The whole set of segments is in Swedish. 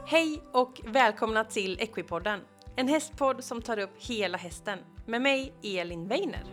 Hej och välkomna till Equipodden, en hästpodd som tar upp hela hästen med mig Elin Weiner.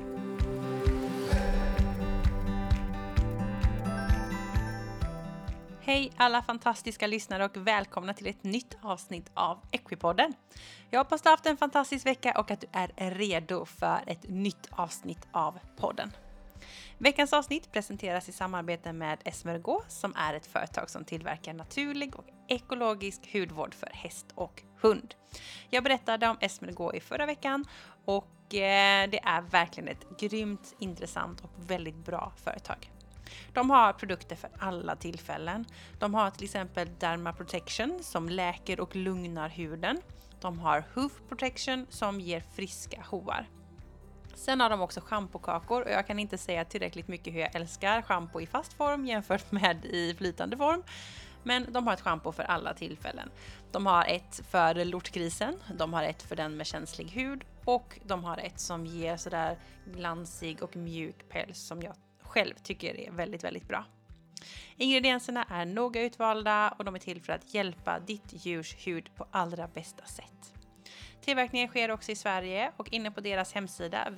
Hej alla fantastiska lyssnare och välkomna till ett nytt avsnitt av Equipodden. Jag hoppas du har haft en fantastisk vecka och att du är redo för ett nytt avsnitt av podden. Veckans avsnitt presenteras i samarbete med Esmergo som är ett företag som tillverkar naturlig och ekologisk hudvård för häst och hund. Jag berättade om Esmergo i förra veckan och det är verkligen ett grymt, intressant och väldigt bra företag. De har produkter för alla tillfällen. De har till exempel Derma Protection som läker och lugnar huden. De har Hoof Protection som ger friska hovar. Sen har de också schampokakor och jag kan inte säga tillräckligt mycket hur jag älskar schampo i fast form jämfört med i flytande form. Men de har ett schampo för alla tillfällen. De har ett för lortgrisen, de har ett för den med känslig hud och de har ett som ger sådär glansig och mjuk päls som jag själv tycker är väldigt, väldigt bra. Ingredienserna är noga utvalda och de är till för att hjälpa ditt djurs hud på allra bästa sätt. Tillverkningen sker också i Sverige och inne på deras hemsida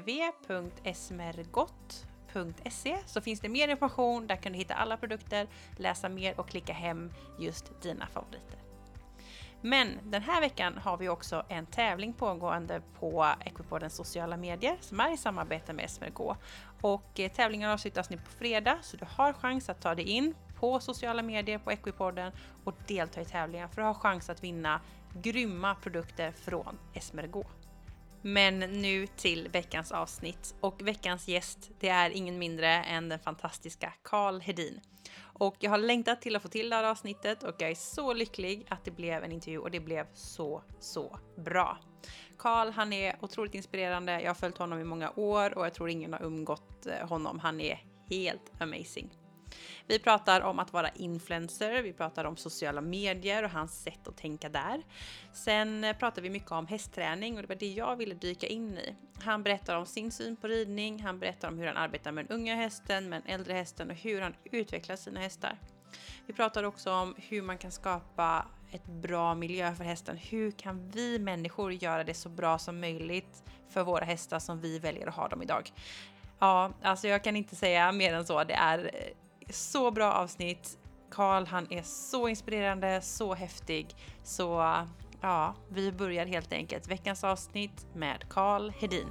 www.esmergot.se så finns det mer information. Där kan du hitta alla produkter, läsa mer och klicka hem just dina favoriter. Men den här veckan har vi också en tävling pågående på Equipoddens sociala medier som är i samarbete med Esmergo. Och tävlingen avslutas nu på fredag så du har chans att ta dig in på sociala medier på Equipodden och delta i tävlingen för att ha chans att vinna grymma produkter från Esmergo. Men nu till veckans avsnitt och veckans gäst det är ingen mindre än den fantastiska Carl Hedin. Och jag har längtat till att få till det här avsnittet och jag är så lycklig att det blev en intervju och det blev så bra. Carl han är otroligt inspirerande, jag har följt honom i många år och jag tror ingen har umgått honom, han är helt amazing. Vi pratar om att vara influencer, vi pratar om sociala medier och hans sätt att tänka där. Sen pratar vi mycket om hästträning och det var det jag ville dyka in i. Han berättar om sin syn på ridning, han berättar om hur han arbetar med den unga hästen, med den äldre hästen och hur han utvecklar sina hästar. Vi pratar också om hur man kan skapa ett bra miljö för hästen. Hur kan vi människor göra det så bra som möjligt för våra hästar som vi väljer att ha dem idag? Ja, alltså jag kan inte säga mer än så. Det är så bra avsnitt. Carl han är så inspirerande, så häftig. Så ja, vi börjar helt enkelt veckans avsnitt med Carl Hedin.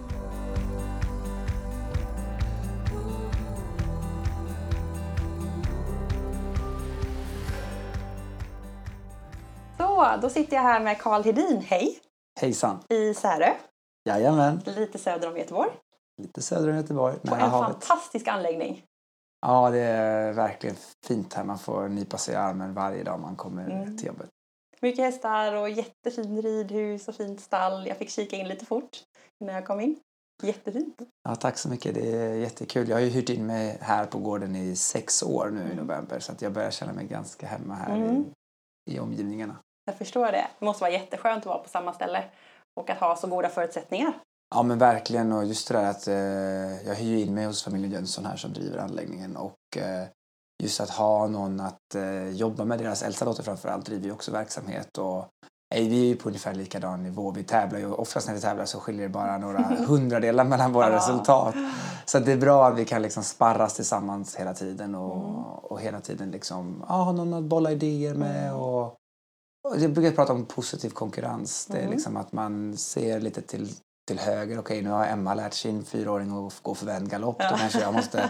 Så, då sitter jag här med Carl Hedin. Hej! Hejsan! I Särö. Jajamän. Lite söder om Göteborg. Lite söder om Göteborg. På en fantastisk anläggning. Ja, det är verkligen fint här. Man får nypa sig i armen varje dag man kommer till jobbet. Mycket hästar och jättefint ridhus och fint stall. Jag fick kika in lite fort när jag kom in. Jättefint. Ja, tack så mycket. Det är jättekul. Jag har ju hyrt in mig här på gården i 6 år nu i november. Så att jag börjar känna mig ganska hemma här i omgivningarna. Jag förstår det. Det måste vara jätteskönt att vara på samma ställe och att ha så goda förutsättningar. Ja, men verkligen. Och just det där att jag hyr in mig hos familjen Jönsson här som driver anläggningen. Och just att ha någon att jobba med. Deras äldsta dotter framförallt driver ju också verksamhet. Och vi är ju på ungefär likadan nivå. Vi tävlar ju. Oftast när vi tävlar så skiljer det bara några hundradelar mellan våra resultat. Så det är bra att vi kan liksom sparras tillsammans hela tiden. Och hela tiden liksom ha någon att bolla idéer med. Och jag brukar prata om positiv konkurrens. Det är liksom att man ser lite till höger. Okej, nu har Emma lärt sin 4-åring att gå för vänd galopp. Då kanske jag måste...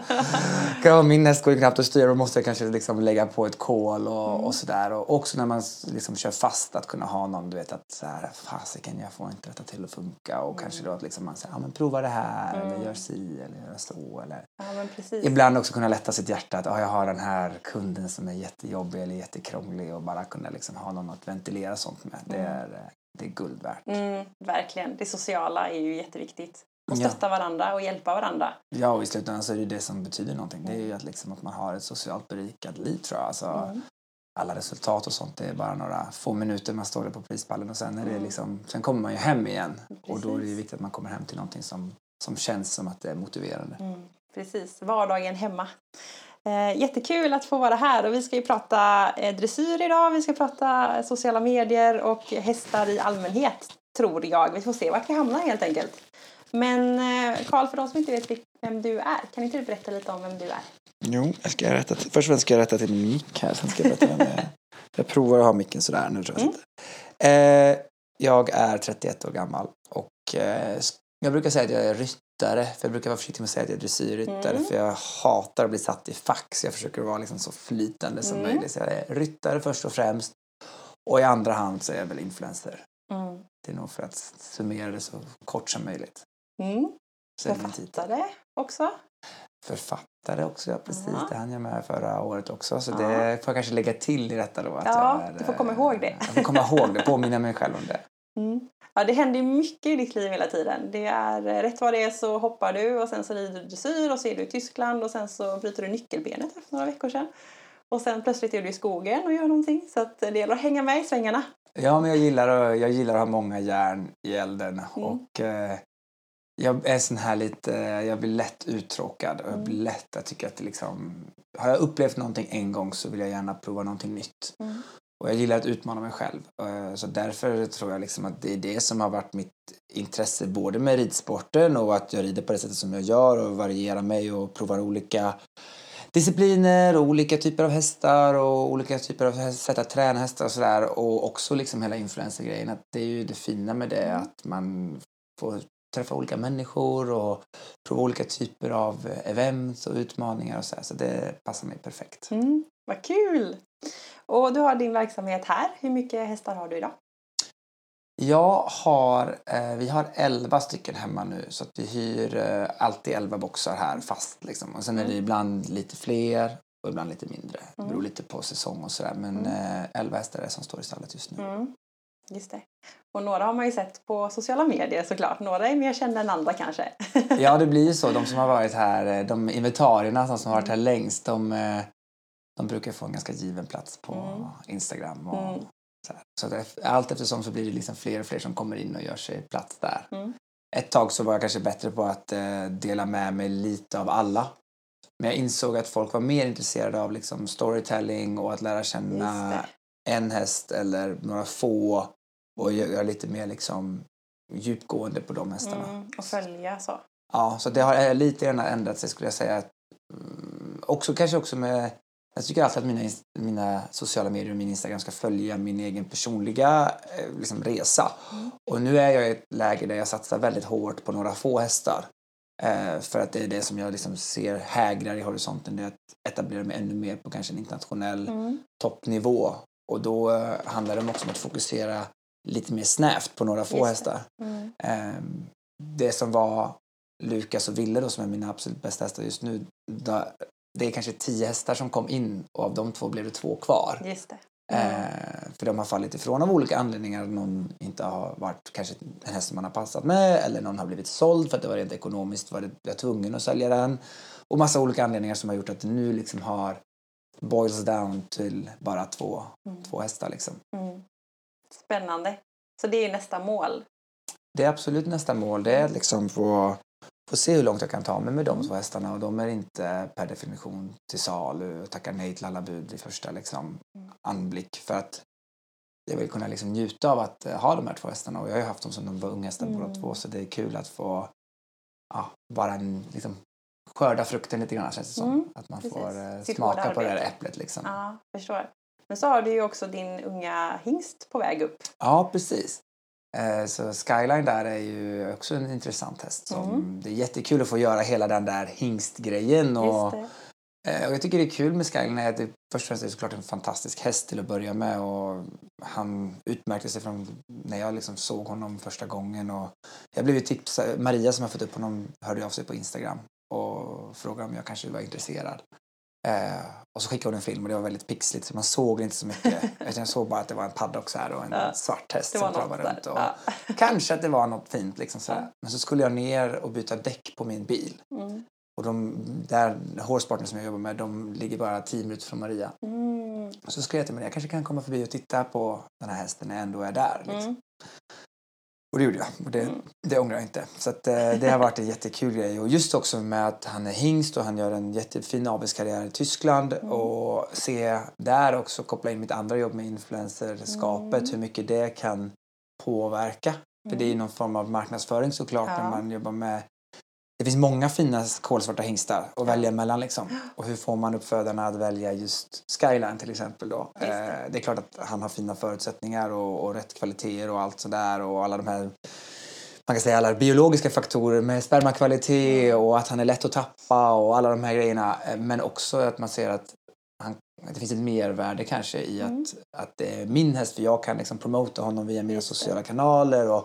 min häst går ju knappt att styra. Då måste jag kanske liksom lägga på ett kol och sådär. Och också när man liksom kör fast att kunna ha någon, du vet att så här, fasiken, jag får inte detta till att funka. Och kanske då att liksom man säger, ja men prova det här. Eller gör si, eller gör så. Eller... Ja, men precis. Ibland också kunna lätta sitt hjärta att jag har den här kunden som är jättejobbig eller jättekrånglig. Och bara kunna liksom ha någon att ventilera sånt med. Det är guld värt. Verkligen. Det sociala är ju jätteviktigt. Och stötta varandra och hjälpa varandra. Ja, och i slutändan så är det som betyder någonting. Det är ju att, liksom, att man har ett socialt berikat liv, tror jag. Alltså, alla resultat och sånt, det är bara några få minuter man står där på prispallen. Och sen, är det liksom, sen kommer man ju hem igen. Precis. Och då är det ju viktigt att man kommer hem till någonting som känns som att det är motiverande. Precis, vardagen hemma. Jättekul att få vara här och vi ska ju prata dressyr idag, vi ska prata sociala medier och hästar i allmänhet, tror jag. Vi får se vart vi hamnar helt enkelt. Men Carl, för de som inte vet vem du är, kan inte du berätta lite om vem du är? Jo, först och främst ska jag rätta till min mick här, sen ska jag berätta vem jag är. Jag provar att ha micken sådär, nu tror jag jag är 31 år gammal och jag brukar säga att jag är ryttare, för jag brukar vara försiktig med att säga att jag är dressyrryttare, för jag hatar att bli satt i fack, så jag försöker vara liksom så flytande som möjligt. Så jag är ryttare först och främst, och i andra hand så är jag väl influencer. Det är nog för att summera det så kort som möjligt. Författare också? Författare också, ja precis. Det hann jag med förra året också. Så det får jag kanske lägga till i detta då. Att du får komma ihåg det. Jag får komma ihåg det, påminna mig själv om det. Ja, det händer ju mycket i ditt liv hela tiden. Det är rätt vad det är så hoppar du och sen så rider du dressyr och så är du i Tyskland och sen så bryter du nyckelbenet efter några veckor sedan. Och sen plötsligt är du i skogen och gör någonting. Så att det gäller att hänga med i svängarna. Ja, men jag gillar att ha många järn i elden. Och jag är sån här lite, jag blir lätt uttråkad och jag blir lätt, jag tycker att det liksom, har jag upplevt någonting en gång så vill jag gärna prova någonting nytt. Och jag gillar att utmana mig själv. Så därför tror jag liksom att det är det som har varit mitt intresse både med ridsporten och att jag rider på det sättet som jag gör och varierar mig och provar olika discipliner och olika typer av hästar och olika typer av sätt att träna hästar och sådär. Och också liksom hela influencer-grejen, att det är ju det fina med det, att man får träffa olika människor och prova olika typer av events och utmaningar och så det passar mig perfekt. Vad kul! Och du har din verksamhet här. Hur mycket hästar har du idag? Vi har 11 stycken hemma nu, så att vi hyr alltid 11 boxar här fast liksom. Och sen är det ibland lite fler och ibland lite mindre. Det beror lite på säsong och sådär, men 11 hästar är det som står i stallet just nu. Just det. Och några har man ju sett på sociala medier såklart. Några är mer kända än andra kanske. Ja, det blir ju så. De som har varit här, de inventarierna som har varit här längst, de brukar få en ganska given plats på Instagram. Och så allt eftersom så blir det liksom fler och fler som kommer in och gör sig plats där. Ett tag så var jag kanske bättre på att dela med mig lite av alla. Men jag insåg att folk var mer intresserade av liksom storytelling och att lära känna en häst eller några få och göra lite mer liksom djupgående på de hästarna. Och följa så. Ja, så det har lite grann ändrat sig, skulle jag säga. Kanske också med, jag tycker alltid att mina sociala medier och min Instagram ska följa min egen personliga liksom, resa. Och nu är jag i ett läge där jag satsar väldigt hårt på några få hästar. För att det är det som jag liksom ser hägrar i horisonten. Det är att etablera mig ännu mer på kanske en internationell toppnivå. Och då handlar det också om att fokusera lite mer snävt på några få hästar. Det som var Lukas och Ville då, som är mina absolut bästa hästar just nu, det är kanske 10 hästar som kom in och av de 2 blev det 2 kvar. Just det. För de har fallit ifrån av olika anledningar. Någon inte har varit kanske en häst som man har passat med, eller någon har blivit såld för att det var rent ekonomiskt, var jag tvungen att sälja den. Och massa olika anledningar som har gjort att det nu liksom har boils down till bara 2 hästar liksom. Spännande. Så det är nästa mål? Det är absolut nästa mål. Det är liksom få se hur långt jag kan ta mig med de 2 hästarna. Och de är inte per definition till salu och tackar nej till alla bud i första liksom, anblick. För att jag vill kunna liksom njuta av att ha de här 2 hästarna. Och jag har ju haft dem som de var unga hästar båda 2. Så det är kul att få bara liksom, skörda frukten lite grann, känns det som. Att man får smaka på det här äpplet liksom. Ja, förstår. Men så har du ju också din unga hingst på väg upp. Ja, precis. Så Skyline där är ju också en intressant häst. Det är jättekul att få göra hela den där hingstgrejen. Och jag tycker det är kul med Skyline är att det först och främst är såklart en fantastisk häst till att börja med. Och han utmärkte sig från när jag liksom såg honom första gången. Och jag blev ju tipsad, Maria som har fått upp honom hörde av sig på Instagram och frågade om jag kanske var intresserad. Och så skickade hon en film och det var väldigt pixligt så man såg inte så mycket. Jag såg bara att det var en paddock så här och en svart häst som travade runt. Och kanske att det var något fint liksom så här. Men så skulle jag ner och byta däck på min bil. Och de där horsepartners som jag jobbar med, de ligger bara 10 minuter från Maria. Och så skrev jag till Maria, jag kanske kan komma förbi och titta på den här hästen när jag ändå är där. Liksom. Och det gjorde jag. Och det ångrar jag inte. Så att, det har varit en jättekul grej. Och just också med att han är hingst och han gör en jättefin avelskarriär i Tyskland. Och se där också, koppla in mitt andra jobb med influencerskapet. Hur mycket det kan påverka. För det är ju någon form av marknadsföring såklart när man jobbar med. Det finns många fina kolsvarta hingstar att välja mellan liksom. Och hur får man uppfödarna att välja just Skyline till exempel då. Det är klart att han har fina förutsättningar och rätt kvaliteter och allt sådär. Och alla de här, man kan säga alla biologiska faktorer med spermakvalitet och att han är lätt att tappa och alla de här grejerna. Men också att man ser att det finns ett mervärde kanske i att det är min häst. För jag kan liksom promota honom via mina sociala kanaler och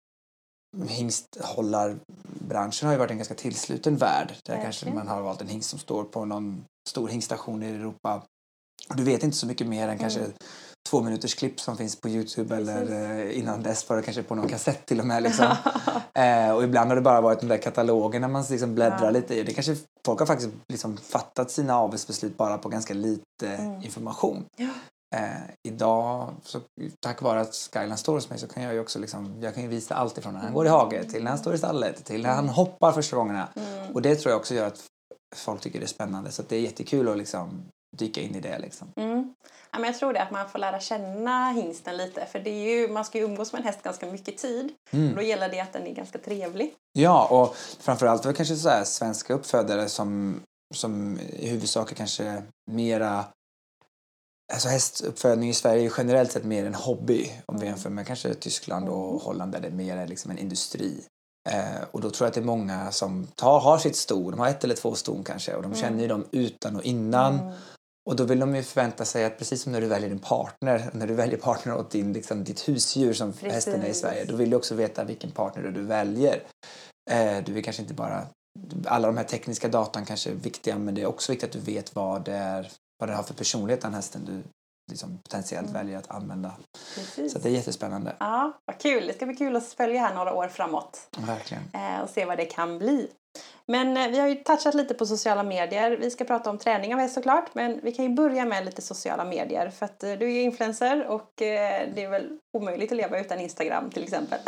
hingsthållarbranschen har ju varit en ganska tillsluten värld. Där kanske man har valt en hingst som står på någon stor hingststation i Europa. Och du vet inte så mycket mer än kanske 2 minuters klipp som finns på YouTube eller innan dess var det kanske på någon kassett till och med. Liksom. Och ibland har det bara varit de där katalogerna man liksom bläddrar lite i. Det kanske folk har faktiskt liksom fattat sina avelsbeslut bara på ganska lite information. Idag, så, tack vare att Skyline står hos mig så kan jag ju också liksom, jag kan ju visa allt ifrån när han går i haget till när han står i stallet till när han hoppar första gångerna. Och det tror jag också gör att folk tycker det är spännande. Så att det är jättekul att liksom dyka in i det liksom. Ja, men jag tror det att man får lära känna hingsten lite. För det är ju, man ska ju umgås med en häst ganska mycket tid. Och då gäller det att den är ganska trevlig. Ja, och framförallt för kanske så här svenska uppfödare som i huvudsak är kanske mera. Alltså hästuppfödning i Sverige är ju generellt sett mer en hobby om vi jämför med kanske Tyskland och Holland där det är mer liksom en industri. Och då tror jag att det är många som har sitt sto, de har 1 eller 2 ston kanske och de känner ju dem utan och innan. Och då vill de ju förvänta sig att precis som när du väljer din partner, när du väljer partner åt ditt husdjur som hästen är i Sverige, då vill du också veta vilken partner du väljer. Du vill kanske inte bara, alla de här tekniska datan kanske är viktiga, men det är också viktigt att du vet vad det har för personlighet den hästen du liksom potentiellt väljer att använda. Precis. Så det är jättespännande. Ja, vad kul. Det ska bli kul att följa här några år framåt. Verkligen. Och se vad det kan bli. Men vi har ju touchat lite på sociala medier. Vi ska prata om träning av häst såklart. Men vi kan ju börja med lite sociala medier. För att du är ju influencer och det är väl omöjligt att leva utan Instagram till exempel.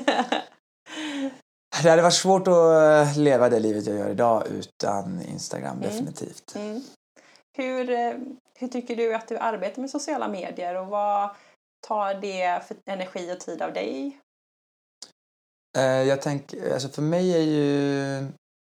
Det hade varit svårt att leva det livet jag gör idag utan Instagram, definitivt. Hur tycker du att du arbetar med sociala medier och vad tar det för energi och tid av dig? Jag tänker, alltså för mig är ju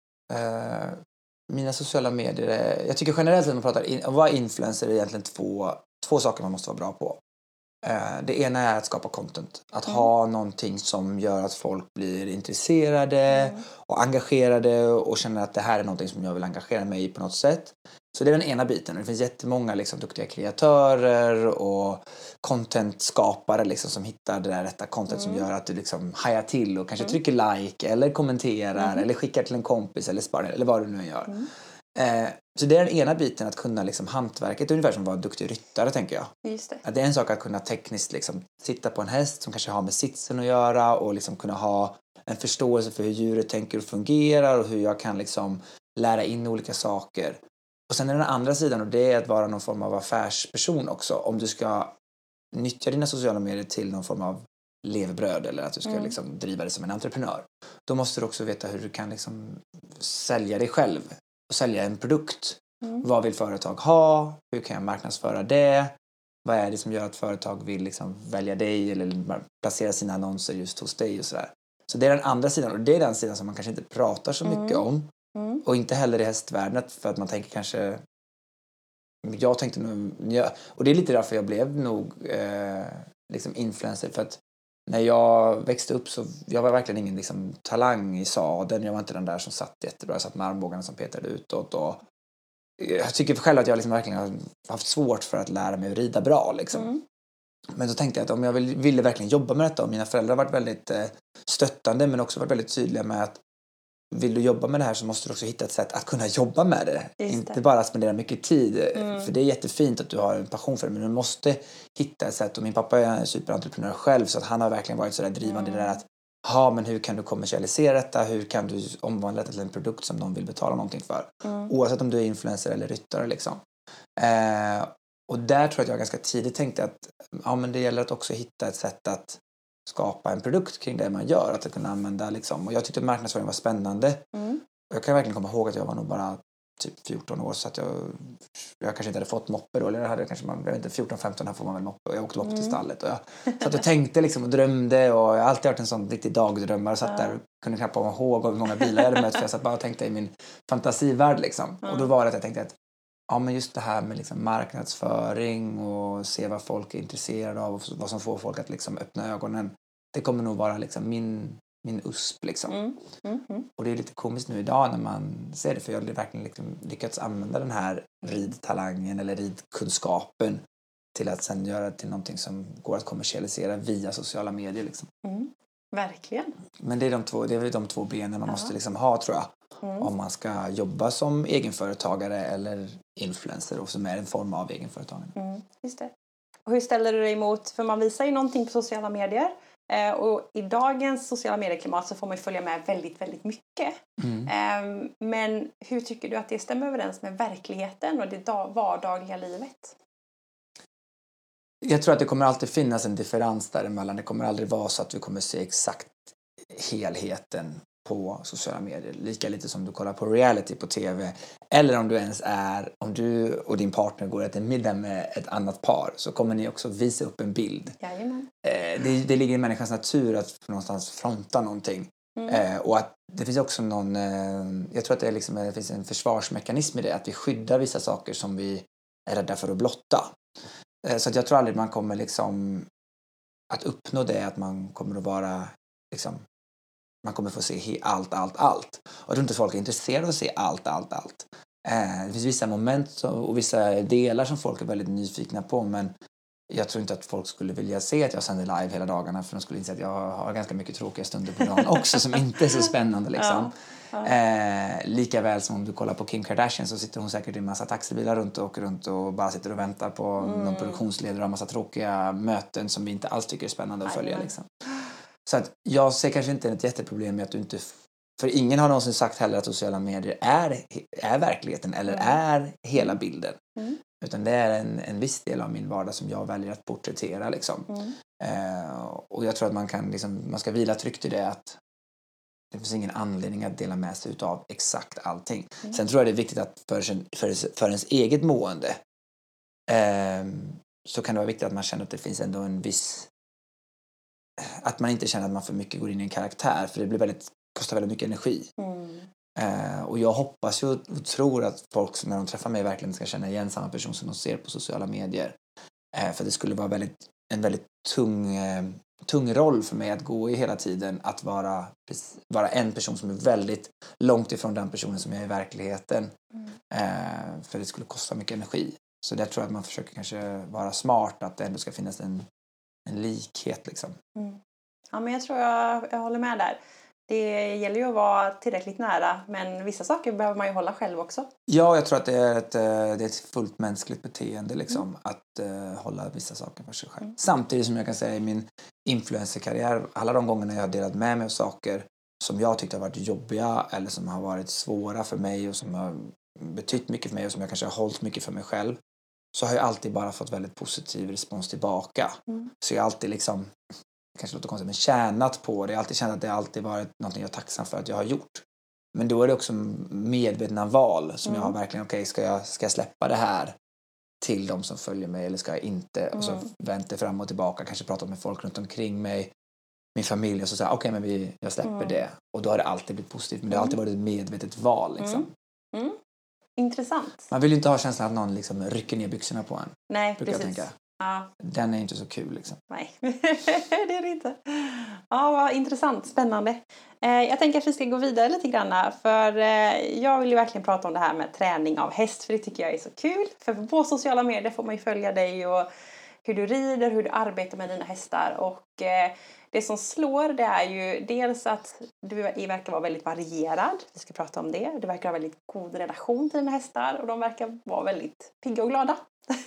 mina sociala medier, jag tycker generellt att man pratar om vad influencer är egentligen två saker man måste vara bra på. Det ena är att skapa content. Att ha någonting som gör att folk blir intresserade och engagerade och känner att det här är någonting som jag vill engagera mig i på något sätt. Så det är den ena biten. Det finns jättemånga liksom, duktiga kreatörer och contentskapare liksom, som hittar det där rätta content som gör att du liksom hajar till och kanske trycker like eller kommenterar eller skickar till en kompis eller sparar eller vad du nu gör. Så det är den ena biten, att kunna liksom hantverket, ungefär som att vara duktig ryttare tänker jag. Just det. Att det är en sak att kunna tekniskt liksom sitta på en häst som kanske har med sitsen att göra och liksom kunna ha en förståelse för hur djuret tänker och fungerar och hur jag kan liksom lära in olika saker. Och sen är den andra sidan, och det är att vara någon form av affärsperson också. Om du ska nyttja dina sociala medier till någon form av levebröd eller att du ska liksom driva det som en entreprenör. Då måste du också veta hur du kan liksom sälja dig själv och sälja en produkt. Vad vill företag ha? Hur kan jag marknadsföra det? Vad är det som gör att företag vill liksom välja dig eller placera sina annonser just hos dig och sådär. Så det är den andra sidan, och det är den sidan som man kanske inte pratar så mycket om. Och inte heller i hästvärlden, för att man tänker kanske, jag tänkte nog, och det är lite därför jag blev nog liksom influencer, för att när jag växte upp så jag var verkligen ingen liksom talang i sadeln. Jag var inte den där som satt jättebra. Jag satt med armbågarna som petade utåt. Och jag tycker själv att jag liksom verkligen har haft svårt för att lära mig att rida bra. Liksom. Men då tänkte jag att om jag ville verkligen jobba med detta, och mina föräldrar har varit väldigt stöttande men också varit väldigt tydliga med att vill du jobba med det här så måste du också hitta ett sätt att kunna jobba med det. Inte bara spendera mycket tid. För det är jättefint att du har en passion för det, men du måste hitta ett sätt. Och min pappa är en superentreprenör själv, så att han har verkligen varit så där drivande där att men hur kan du kommersialisera detta? Hur kan du omvandla det till en produkt som någon vill betala någonting för? Oavsett om du är influencer eller ryttare liksom. Och där tror jag att jag ganska tidigt tänkte att men det gäller att också hitta ett sätt att skapa en produkt kring det man gör. Att kunna använda liksom. Och jag tyckte marknadsföring var spännande. Och jag kan verkligen komma ihåg att jag var nog bara typ 14 år så att jag kanske inte hade fått moppe då. Eller hade jag kanske, jag vet inte, 14-15 här får man väl moppe. Och jag åkte upp till stallet. Och jag satt och tänkte liksom och drömde. Och jag har alltid varit en sån riktig dagdrömmare. Och satt där och kunde knappt komma ihåg hur många bilar jag hade mött. För jag satt bara och tänkte i min fantasivärld liksom. Och då var det att jag tänkte att ja, men just det här med liksom marknadsföring och se vad folk är intresserade av och vad som får folk att liksom öppna ögonen. Det kommer nog vara liksom min USP liksom. Och det är lite komiskt nu idag när man ser det, för jag har verkligen liksom lyckats använda den här ridtalangen eller ridkunskapen till att sen göra det till någonting som går att kommersialisera via sociala medier liksom. Verkligen. Men det är väl de två benen man måste liksom ha, tror jag. Om man ska jobba som egenföretagare eller influencer och som är en form av egenföretagare. Just det. Och hur ställer du dig emot, för man visar ju någonting på sociala medier och i dagens sociala medieklimat så får man ju följa med väldigt, väldigt mycket. Men hur tycker du att det stämmer överens med verkligheten och det vardagliga livet? Jag tror att det kommer alltid finnas en differens däremellan. Det kommer aldrig vara så att vi kommer se exakt helheten på sociala medier. Lika lite som du kollar på reality på tv. Eller om du ens om du och din partner går till middag med ett annat par, så kommer ni också visa upp en bild. Jajamän. Det ligger i människans natur att någonstans fronta någonting. Och att det finns också jag tror att det finns en försvarsmekanism i det. Att vi skyddar vissa saker som vi är rädda för att blotta. Så att jag tror aldrig man kommer liksom att uppnå det, att man kommer att vara liksom, man kommer få se allt. Och jag tror inte folk är intresserade av att se allt. Det finns vissa moment och vissa delar som folk är väldigt nyfikna på, men jag tror inte att folk skulle vilja se att jag sänder live hela dagarna, för de skulle inse att jag har ganska mycket tråkiga stunder på dagen också som inte är så spännande liksom. Lika väl som om du kollar på Kim Kardashian, så sitter hon säkert i en massa taxibilar runt och åker runt och bara sitter och väntar på någon produktionsledare och en massa tråkiga möten som vi inte alls tycker är spännande att följa liksom. Så att jag ser kanske inte ett jätteproblem med att du inte... För ingen har någonsin sagt heller att sociala medier är verkligheten eller är hela bilden. Utan det är en viss del av min vardag som jag väljer att porträttera liksom. Och jag tror att man ska vila tryggt i det, att det finns ingen anledning att dela med sig av exakt allting. Sen tror jag det är viktigt att för ens eget mående så kan det vara viktigt att man känner att det finns ändå en viss... Att man inte känner att man för mycket går in i en karaktär, för det kostar väldigt mycket energi. Och jag hoppas ju och tror att folk när de träffar mig verkligen ska känna igen samma person som de ser på sociala medier. För det skulle vara en väldigt tung roll för mig att gå i hela tiden, att vara en person som är väldigt långt ifrån den personen som jag är i verkligheten. För det skulle kosta mycket energi. Så där tror jag att man försöker kanske vara smart, att det ändå ska finnas en likhet liksom. Ja, men jag tror jag håller med där. Det gäller ju att vara tillräckligt nära, men vissa saker behöver man ju hålla själv också. Ja, jag tror att det är ett fullt mänskligt beteende liksom, att hålla vissa saker för sig själv. Samtidigt som jag kan säga i min influencerkarriär, alla de gångerna jag har delat med mig av saker som jag tyckte har varit jobbiga eller som har varit svåra för mig och som har betytt mycket för mig och som jag kanske har hållit mycket för mig själv, så har jag alltid bara fått väldigt positiv respons tillbaka. Så jag har alltid liksom, kanske låter konstigt, men tjänat på det. Jag har alltid känt att det alltid varit något jag är tacksam för att jag har gjort. Men då är det också medvetna val som jag har verkligen, ska jag släppa det här till de som följer mig eller ska jag inte? Och så vänta fram och tillbaka, kanske prata med folk runt omkring mig, min familj, och så säger men jag släpper det. Och då har det alltid blivit positivt, men det har alltid varit ett medvetet val liksom. Intressant. Man vill ju inte ha känslan att någon liksom rycker ner byxorna på en. Nej, brukar precis. Jag tänka. Ja. Den är inte så kul liksom. Nej, det är det inte. Ja, vad intressant, spännande. Jag tänker att vi ska gå vidare lite grann, för jag vill ju verkligen prata om det här med träning av häst, för det tycker jag är så kul. För på sociala medier får man ju följa dig och hur du rider, hur du arbetar med dina hästar, och det som slår, det är ju dels att du verkar vara väldigt varierad. Vi ska prata om det. Du verkar ha väldigt god relation till dina hästar och de verkar vara väldigt pigga och glada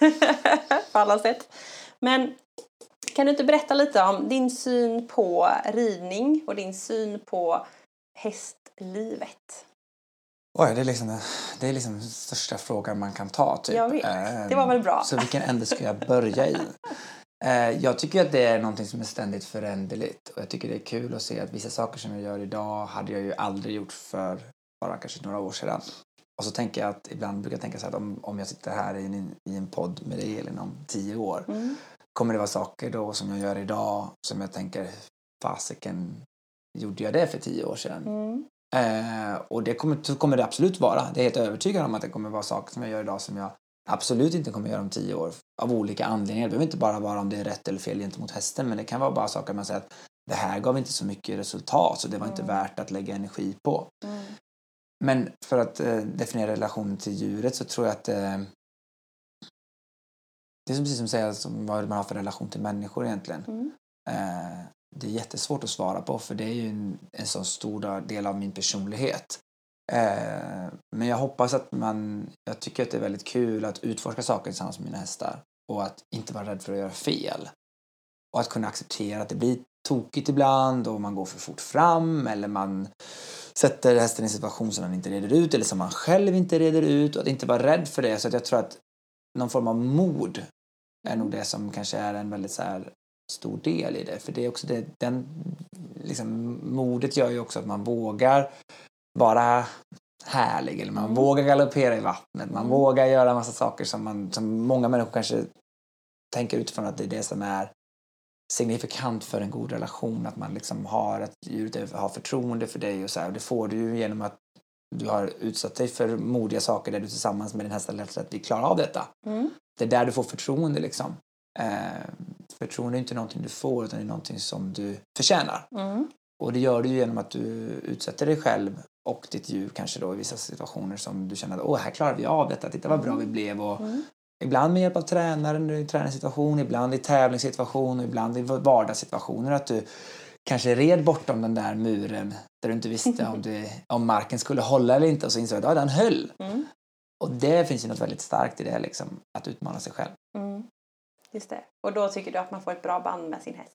på alla sätt. Men kan du inte berätta lite om din syn på ridning och din syn på hästlivet? Oj, det är liksom den största frågan man kan ta typ. Jag vet, det var väl bra. Så vilken ände ska jag börja i? Jag tycker att det är någonting som är ständigt föränderligt. Och jag tycker det är kul att se att vissa saker som jag gör idag hade jag ju aldrig gjort för bara kanske några år sedan. Och så tänker jag att ibland brukar jag tänka så att om jag sitter här i en podd med dig Elin om 10 år. Kommer det vara saker då som jag gör idag som jag tänker, fasiken, gjorde jag det för 10 år sedan? Och det kommer det absolut vara. Det är helt övertygad om att det kommer vara saker som jag gör idag som jag absolut inte kommer göra om 10 år. Av olika anledningar. Det behöver inte bara vara om det är rätt eller fel gentemot hästen. Men det kan vara bara saker man säger att det här gav inte så mycket resultat. Så det var inte värt att lägga energi på. Men för att definiera relationen till djuret så tror jag att det är precis som att säga vad man har för relation till människor egentligen. Det är jättesvårt att svara på för det är ju en så stor del av min personlighet. Men jag hoppas att jag tycker att det är väldigt kul att utforska saker tillsammans med mina hästar och att inte vara rädd för att göra fel. Och att kunna acceptera att det blir tokigt ibland och man går för fort fram eller man sätter hästen i en situation som man inte reder ut eller som man själv inte reder ut och att inte vara rädd för det. Så att jag tror att någon form av mod är nog det som kanske är en väldigt så här stor del i det. För det är också modet gör ju också att man vågar vara härlig eller man vågar galoppera i vattnet. Man vågar göra en massa saker som många människor kanske tänker utifrån att det är det som är signifikant för en god relation. Att man liksom har ett djur, har förtroende för dig och så här. Och det får du ju genom att du har utsatt dig för modiga saker där du tillsammans med din häst har lärt sig att vi klarar av detta. Det är där du får förtroende liksom. Förtroende är inte någonting du får utan det är någonting som du förtjänar. Och det gör du genom att du utsätter dig själv och ditt djur kanske då i vissa situationer som du känner att här klarar vi av detta, titta vad bra vi blev. Och ibland med hjälp av tränaren i träningssituation, ibland i tävlingssituation och ibland i vardagssituationer att du kanske red bortom den där muren där du inte visste om marken skulle hålla eller inte och så insåg du att den höll. Och det finns ju något väldigt starkt i det liksom, att utmana sig själv. Just det. Och då tycker du att man får ett bra band med sin häst?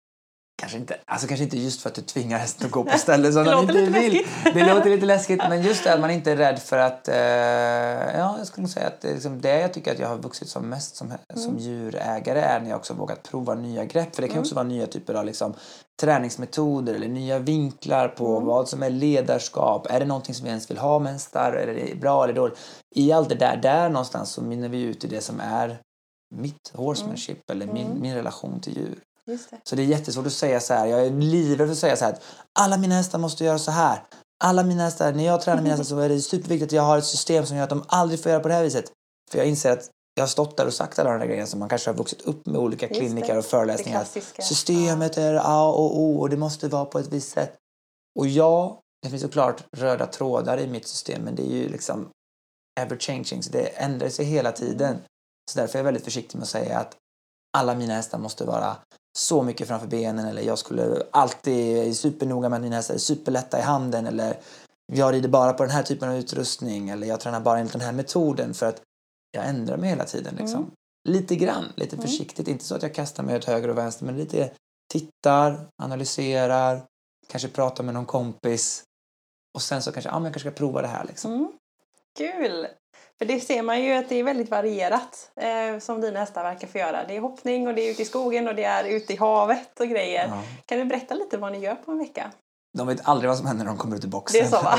Kanske inte just för att du tvingar hästen att gå på ställen som den inte vill. Det låter lite läskigt. Men just det att man inte är rädd för att... jag skulle nog säga att det är liksom det jag tycker att jag har vuxit som mest som djurägare är när jag också vågat prova nya grepp. För det kan också vara nya typer av liksom, träningsmetoder eller nya vinklar på vad som är ledarskap. Är det någonting som vi ens vill ha med hästar? Är det bra eller dåligt? I allt det där någonstans så minner vi ut i det som är mitt horsemanship eller min relation till djur. Just det. Så det är jättesvårt att säga så här. Jag är livrädd för att säga så här att alla mina hästar måste göra så här. Alla mina hästar, när jag tränar mina hästar så är det superviktigt att jag har ett system som gör att de aldrig får göra på det här viset. För jag inser att jag har stått där och sagt alla de här grejerna som man kanske har vuxit upp med olika kliniker och föreläsningar. Systemet är A och O och det måste vara på ett visst sätt. Och det finns såklart röda trådar i mitt system men det är ju liksom ever changing så det ändrar sig hela tiden. Så därför är jag väldigt försiktig med att säga att alla mina hästar måste vara så mycket framför benen eller jag skulle alltid supernoga med att mina hästar är superlätta i handen eller jag rider bara på den här typen av utrustning eller jag tränar bara enligt den här metoden för att jag ändrar mig hela tiden liksom. Lite grann, lite försiktigt, inte så att jag kastar mig åt höger och vänster men lite tittar, analyserar, kanske pratar med någon kompis och sen så kanske, jag kanske ska prova det här liksom. Kul! För det ser man ju att det är väldigt varierat som dina hästar verkar få göra. Det är hoppning och det är ute i skogen och det är ute i havet och grejer. Ja. Kan du berätta lite vad ni gör på en vecka? De vet aldrig vad som händer när de kommer ut i boxen. Det är så va?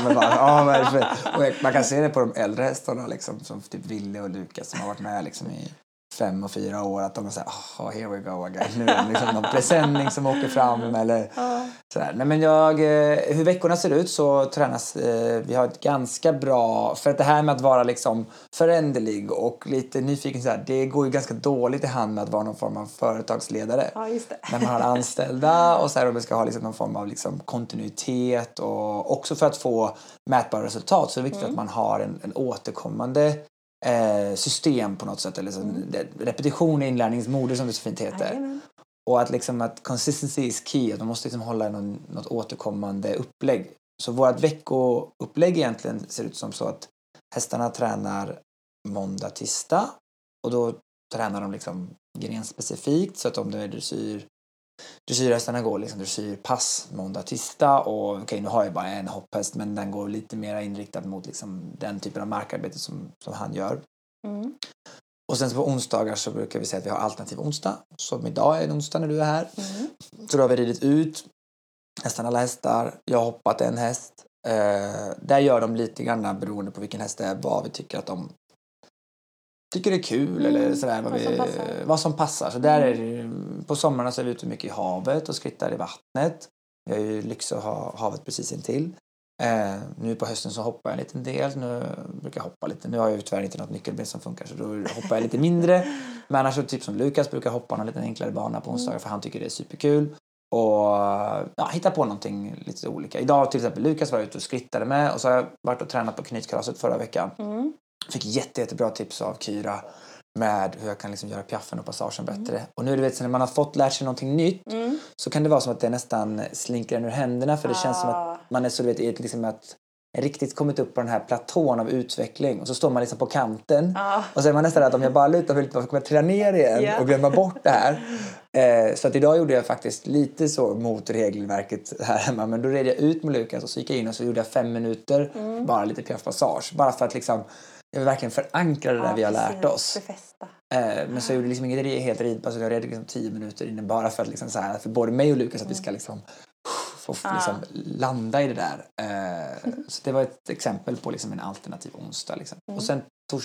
Och man kan se det på de äldre hästarna liksom, som typ Ville och Lukas som har varit med liksom, i 5 och 4 år att de säger here we go again. Nu är det liksom någon presenning som åker fram eller sådär. Nej, men hur veckorna ser ut så tränas vi har ett ganska bra för att det här med att vara liksom föränderlig och lite nyfiken så här, det går ju ganska dåligt i hand med att vara någon form av företagsledare. Ja, just det. När man har anställda och så här och vi ska ha liksom någon form av liksom kontinuitet och också för att få mätbara resultat så är det viktigt att man har en återkommande system på något sätt eller så, repetition i inlärningsmode som det så fint heter. Och att liksom att consistency is key, att man måste liksom hålla något återkommande upplägg. Så vårt veckoupplägg egentligen ser ut som så att hästarna tränar måndag, tisdag och då tränar de liksom grenspecifikt så att om det är dressyrhästarna går liksom dressyrpass måndag, tisdag och okej, nu har jag bara en hopphäst men den går lite mer inriktad mot liksom den typen av markarbete som han gör. Och sen så på onsdagar så brukar vi säga att vi har alternativ onsdag. Som idag är en onsdag när du är här. Så då har vi ridit ut nästan alla hästar. Jag har hoppat en häst. Där gör de lite grann beroende på vilken häst det är. Vad vi tycker att de tycker det är kul eller sådär. Vad som passar. Så där är det, på sommarna så är vi ute mycket i havet och skrittar i vattnet. Vi har ju lyx att ha havet precis intill. Nu på hösten så hoppar jag en liten del. Nu brukar jag hoppa lite. Nu har jag ju tyvärr inte något nyckelben som funkar så då hoppar jag lite mindre. Men annars så typ som Lukas brukar hoppa någon liten enklare bana på onsdagar för han tycker det är superkul. Och hitta på någonting lite olika. Idag till exempel Lukas var ute och skrittade med och så har jag varit och tränat på knytkalaset förra veckan. Fick jättebra tips av Kyra med hur jag kan liksom göra piaffen och passagen bättre. Och nu när man har lärt sig någonting nytt så kan det vara som att det nästan slinker ur händerna för det känns som att man är så liksom att riktigt kommit upp på den här platån av utveckling och så står man liksom på kanten och så är man nästan att om jag bara lutar lite så kommer jag trilla ner igen och glömma bort det här. Så att idag gjorde jag faktiskt lite så mot regelverket här hemma, men då red jag ut med Lukas och så gick jag in och så gjorde jag 5 minuter bara lite piaffpassage bara för att liksom jag vill verkligen förankra det där vi har lärt oss. Men så gjorde jag liksom inget helt ridpass så jag red liksom 10 minuter innan bara för att liksom så här, för både mig och Lukas att vi ska liksom få liksom landa i det där. Så det var ett exempel på liksom en alternativ onsdag liksom. Och sen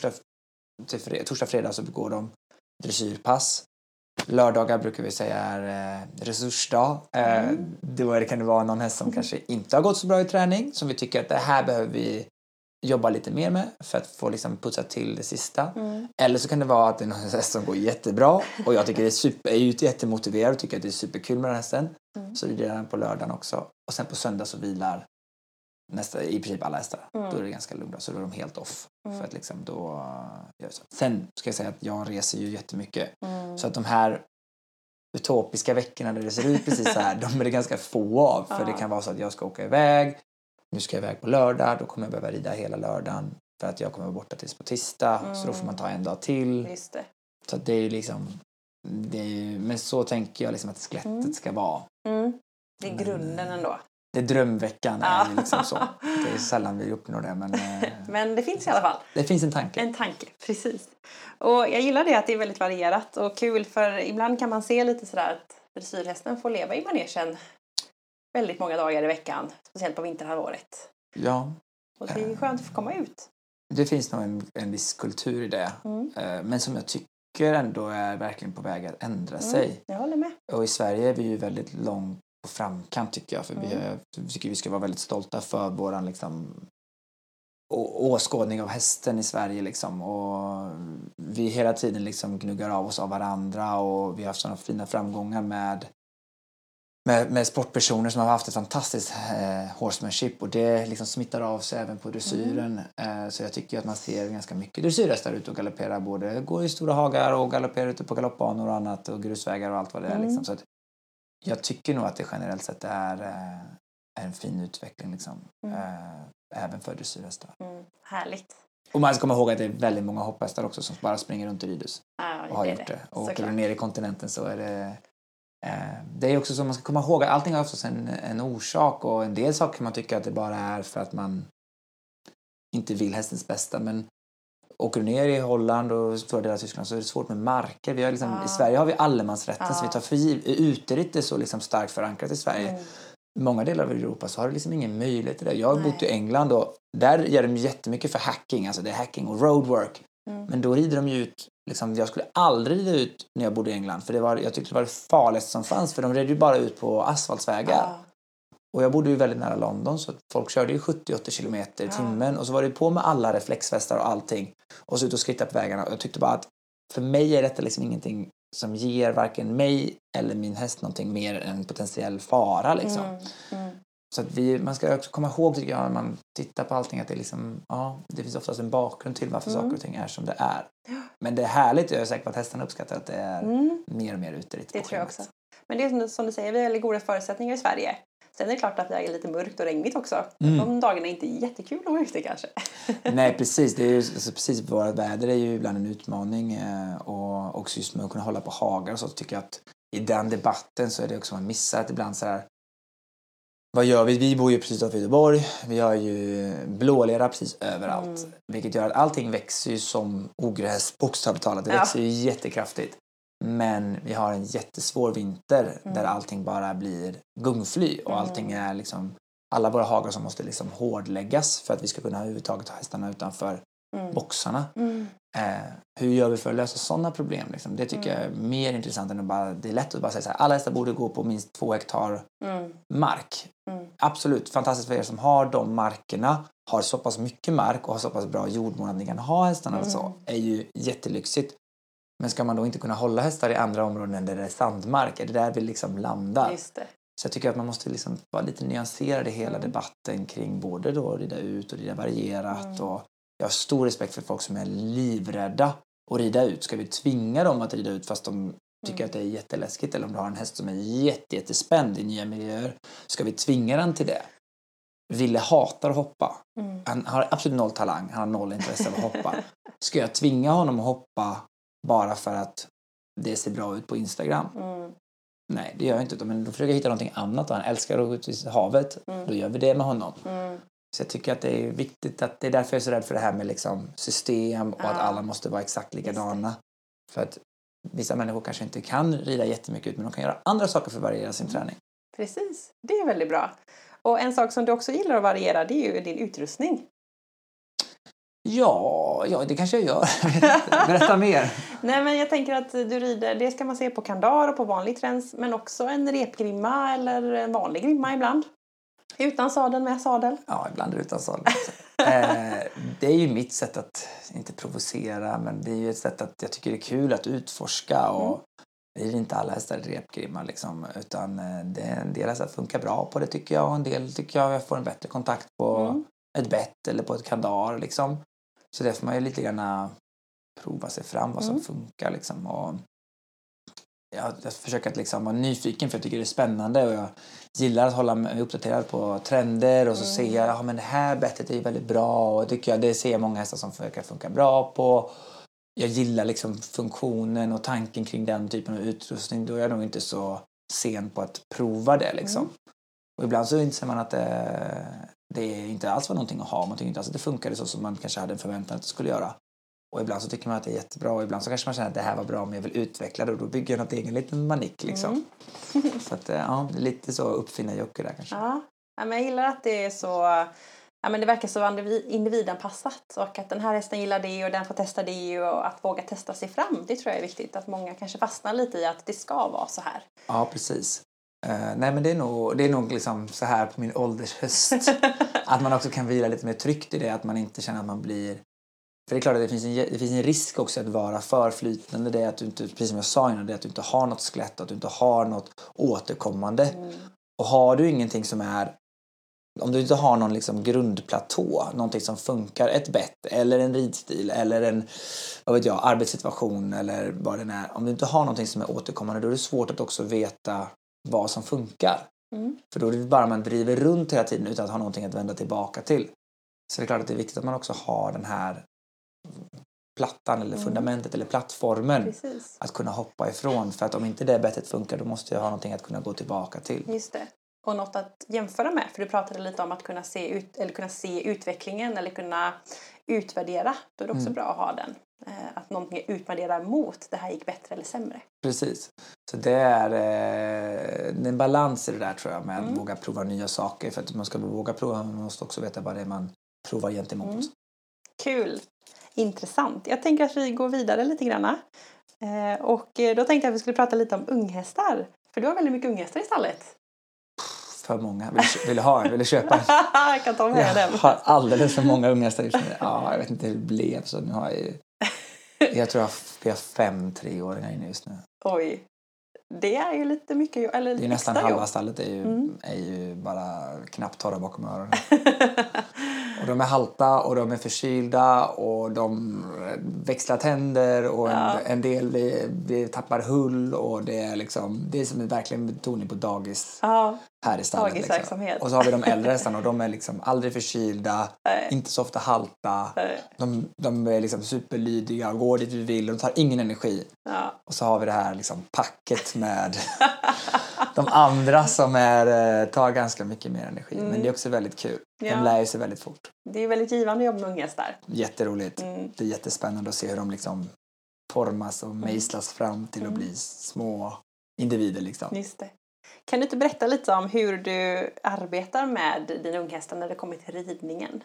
torsdag fredag så går de dressyrpass. Lördagar brukar vi säga är resursdag. Då kan det vara någon häst som kanske inte har gått så bra i träning som vi tycker att det här behöver vi jobba lite mer med för att få liksom putsa till det sista. Eller så kan det vara att det är någon häst som går jättebra och jag tycker det är jättemotiverad och tycker att det är superkul med den hästen. Så det är den på lördagen också. Och sen på söndag så vilar i princip alla hästar. Då är det ganska lugnt. Så då är de helt off. För att liksom då gör så. Sen ska jag säga att jag reser ju jättemycket. Så att de här utopiska veckorna där det ser ut precis så här, de är det ganska få av. För det kan vara så att jag ska åka iväg. Nu ska jag iväg på lördag. Då kommer jag behöva rida hela lördagen. För att jag kommer vara borta tills på tisdag. Så då får man ta en dag till. Just det. Så att det är ju liksom... men så tänker jag liksom att skelettet ska vara. Det är grunden ändå. Det är drömveckan är ju liksom så. Det är sällan vi uppnår det. Men det finns i alla fall. Det finns en tanke. En tanke, precis. Och jag gillar det att det är väldigt varierat och kul. För ibland kan man se lite sådär att dressyrhästen får leva i manegen väldigt många dagar i veckan. Speciellt på vinterhalvåret. Ja. Och det är skönt att få komma ut. Det finns nog en viss kultur i det. Men som jag tycker ändå är verkligen på väg att ändra sig. Jag håller med. Och i Sverige är vi ju väldigt långt på framkant tycker jag. För vi tycker vi ska vara väldigt stolta för våran liksom åskådning av hästen i Sverige liksom. Och vi hela tiden liksom gnuggar av oss av varandra och vi har haft sådana fina framgångar med sportpersoner som har haft ett fantastiskt horsemanship och det liksom smittar av sig även på dressyren. Så jag tycker att man ser ganska mycket dressyrhästar ute och galopperar, både går i stora hagar och galopperar ute på galoppbanor och annat och grusvägar och allt vad det är liksom. Så att jag tycker nog att det generellt sett är en fin utveckling liksom. Även för dressyrhästar. Härligt. Och man ska komma ihåg att det är väldigt många hopphästar också som bara springer runt i ridhus. Och har gjort det. Och åker ner i kontinenten så är det... Det är också så man ska komma ihåg att allting har oftast en orsak och en del saker kan man tycka att det bara är för att man inte vill hästens bästa, men åker du ner i Holland och stora delar av Tyskland så är det svårt med marker. Vi har liksom, i Sverige har vi allemansrätten så vi tar för uteritt är så liksom starkt förankrat i Sverige. I många delar av Europa så har det liksom ingen möjlighet till det. Jag har bott i England och där gör de jättemycket för hacking, alltså det är hacking och roadwork. Men då rider de ju ut liksom, jag skulle aldrig rida ut när jag bodde i England för jag tyckte det var det farligaste som fanns för de red ju bara ut på asfaltsvägar. Och jag bodde ju väldigt nära London så att folk körde ju 70-80 kilometer i timmen och så var det på med alla reflexvästar och allting och så ut och skritta på vägarna och jag tyckte bara att för mig är detta liksom ingenting som ger varken mig eller min häst någonting mer än potentiell fara liksom. Så att man ska också komma ihåg tycker jag när man tittar på allting att det liksom, det finns oftast en bakgrund till varför saker och ting är som det är. Men det är härligt, jag är säker på att hästarna uppskattar att det är mer och mer uteritt. Det tror jag också. Men det är som du säger, vi har väldigt goda förutsättningar i Sverige. Sen är det klart att det är lite mörkt och regnigt också. De dagarna är inte jättekul att vara ute kanske. Nej, precis. Det är ju alltså, precis vårt väder är ju ibland en utmaning och också just med att kunna hålla på hagar och så tycker jag att i den debatten så är det också man missar att ibland så här vad gör vi? Vi bor ju precis utanför Göteborg. Vi har ju blålera precis överallt. Vilket gör att allting växer ju som ogräs, bokstavligt talat. Det växer ju jättekraftigt. Men vi har en jättesvår vinter där allting bara blir gungfly. Och allting är liksom, alla våra hagar som måste liksom hårdläggas för att vi ska kunna överhuvudtaget ha hästarna utanför boxarna. Hur gör vi för att lösa sådana problem? Liksom? Det tycker jag är mer intressant än att bara, det är lätt att bara säga så här, alla hästar borde gå på minst 2 hektar mark. Absolut, fantastiskt för er som har de markerna, har så pass mycket mark och har så pass bra jordmån att ni kan ha hästarna och så, är ju jättelyxigt. Men ska man då inte kunna hålla hästar i andra områden där det är sandmark? Är det där vi liksom landar? Just det. Så jag tycker att man måste liksom vara lite nyanserad i hela debatten kring både då rida ut och rida varierat. Och jag har stor respekt för folk som är livrädda att rida ut. Ska vi tvinga dem att rida ut fast de tycker att det är jätteläskigt? Eller om du har en häst som är jättespänd i nya miljöer. Ska vi tvinga den till det? Ville hatar att hoppa. Han har absolut 0 talang. Han har 0 intresse av att hoppa. Ska jag tvinga honom att hoppa bara för att det ser bra ut på Instagram? Nej, det gör jag inte. Men då försöker jag hitta någonting annat. Och han älskar att gå ut i havet. Då gör vi det med honom. Så jag tycker att det är viktigt. Att det är därför jag är så rädd för det här med liksom system. Och att alla måste vara exakt likadana. För att vissa människor kanske inte kan rida jättemycket ut. Men de kan göra andra saker för att variera sin träning. Precis, det är väldigt bra. Och en sak som du också gillar att variera, det är ju din utrustning. Ja, det kanske jag gör. Berätta mer. Nej, men jag tänker att du rider, det ska man se på kandar och på vanlig träns, men också en repgrimma eller en vanlig grimma ibland. Utan sadel, med sadel. Ja, ibland utan sadel. Det är ju mitt sätt att, inte provocera, men det är ju ett sätt att jag tycker det är kul att utforska. Och det är inte alla hästar repgrimma liksom, utan det är en del hästar funkar bra på det tycker jag. Och en del tycker jag får en bättre kontakt på ett bett eller på ett kandar liksom. Så det får man ju lite grann prova sig fram vad som funkar liksom. Och jag försöker att liksom vara nyfiken för jag tycker det är spännande och jag gillar att hålla mig uppdaterad på trender och så ser jag att det här bettet är väldigt bra och tycker jag det ser jag många hästar som funkar bra på. Jag gillar liksom funktionen och tanken kring den typen av utrustning. Då är jag nog inte så sen på att prova det liksom. Och ibland så inser man att det inte alls var någonting att ha. Man tycker inte alls att det funkade så som man kanske hade en förväntan att det skulle göra. Och ibland så tycker man att det är jättebra. Och ibland så kanske man känner att det här var bra men jag vill utveckla det. Och då bygger jag något egen liten manik liksom. Så att ja, det är lite så uppfinna Jocke där kanske. Ja, men jag gillar att det är så... Ja, men det verkar så individanpassat och att den här hästen gillar det och den får testa det och att våga testa sig fram. Det tror jag är viktigt. Att många kanske fastnar lite i att det ska vara så här. Ja, precis. Nej, men det är nog liksom så här på min åldershöst. Att man också kan vila lite mer tryggt i det. Att man inte känner att man blir... För det är klart att det finns en risk också att vara för flytande. Det är att du inte, precis som jag sa innan, det är att du inte har något skelett. Att du inte har något återkommande. Och har du ingenting som är... Om du inte har någon liksom grundplatå, någonting som funkar, ett bett eller en ridstil eller en arbetssituation eller vad det är. Om du inte har någonting som är återkommande då är det svårt att också veta vad som funkar. För då är det bara man driver runt hela tiden utan att ha någonting att vända tillbaka till. Så det är klart att det är viktigt att man också har den här plattan eller fundamentet eller plattformen. Precis. Att kunna hoppa ifrån. För att om inte det bettet funkar då måste jag ha någonting att kunna gå tillbaka till. Just det. Och något att jämföra med. För du pratade lite om att kunna se utvecklingen eller kunna utvärdera. Då är det också bra att ha den. Att någonting utvärderar mot det här gick bättre eller sämre. Precis. Så det är en balans i det där tror jag med att våga prova nya saker. För att man ska våga prova man måste också veta vad det är man provar gentemot. Kul. Intressant. Jag tänker att vi går vidare lite grann. Och då tänkte jag att vi skulle prata lite om unghästar. För du har väldigt mycket unghästar i stallet. För många. Vill du ha en? Vill du köpa en? Jag kan ta med den. Jag har alldeles för många unghästar just nu. Ja, jag vet inte hur det blev. Så nu har jag tror vi har 5 3-åringar inne just nu. Oj. Det är ju lite mycket. Eller det är nästan halva stallet är ju bara knappt torra bakom öronen. Och de är halta och de är förkylda och de växlar tänder och en del tappar hull och det är som verkligen betoning på dagis här i stallet. Liksom. Och så har vi de äldre hästarna och de är liksom aldrig förkylda, inte så ofta halta. De är liksom superlydiga och går dit vi vill och de tar ingen energi. Och så har vi det här liksom packet med de andra som tar ganska mycket mer energi. Men det är också väldigt kul. De lär sig väldigt fort. Det är väldigt givande jobb med unghästar. Jätteroligt. Det är jättespännande att se hur de liksom formas och mejslas fram till att bli små individer. Liksom. Just det. Kan du inte berätta lite om hur du arbetar med dina unghästar när det kommer till ridningen?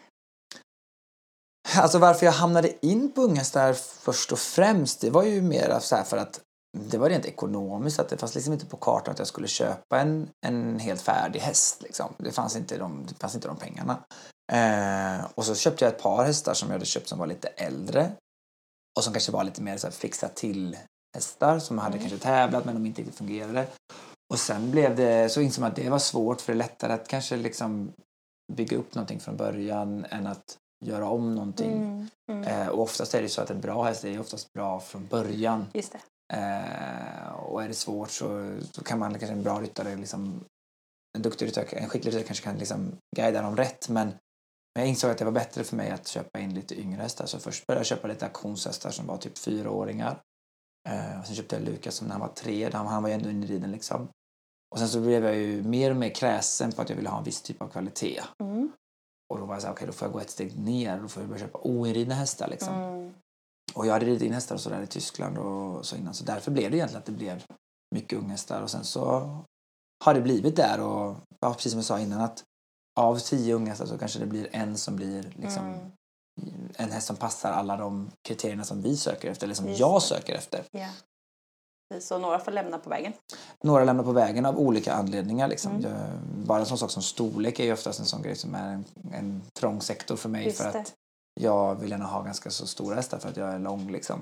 Alltså varför jag hamnade in på unghästar först och främst, det var ju mer så här för att det var rent ekonomiskt, att det fanns liksom inte på kartan att jag skulle köpa en helt färdig häst. Liksom. Det fanns inte de pengarna. Och så köpte jag ett par hästar som jag hade köpt som var lite äldre. Och som kanske var lite mer så här fixa till hästar som hade kanske tävlat men de inte riktigt fungerade. Och sen blev det så insåg man att det var svårt, för det är lättare att kanske liksom bygga upp någonting från början än att göra om någonting. Och oftast är det så att en bra häst är oftast bra från början. Just det. Och är det svårt så kan man kanske en bra ryttare liksom, en duktig ryttare, en skicklig ryttare kanske kan liksom guida dem rätt, men jag insåg att det var bättre för mig att köpa in lite yngre hästar, så först började jag köpa lite auktionshästar som var typ 4-åringar. Och sen köpte jag Lukas som när han var 3, han var ju ändå inne i riden liksom. Och sen så blev jag ju mer och mer kräsen på att jag ville ha en viss typ av kvalitet. Och då var jag så här, okej, då får jag gå ett steg ner, då får jag börja köpa oinridna hästar liksom. Och jag hade ridit in hästar och sådär i Tyskland och så innan. Så därför blev det egentligen att det blev mycket unghästar. Och sen så har det blivit där. Och ja, precis som jag sa innan, att av 10 unghästar så kanske det blir en som blir liksom en häst som passar alla de kriterierna som vi söker efter. Eller som jag söker efter. Ja. Så några får lämna på vägen? Några lämnar på vägen av olika anledningar. Liksom. Bara en sån sak som storlek är ju oftast en sån grej som är en trång sektor för mig. Just för att jag vill gärna ha ganska så stora hästar för att jag är lång. Liksom.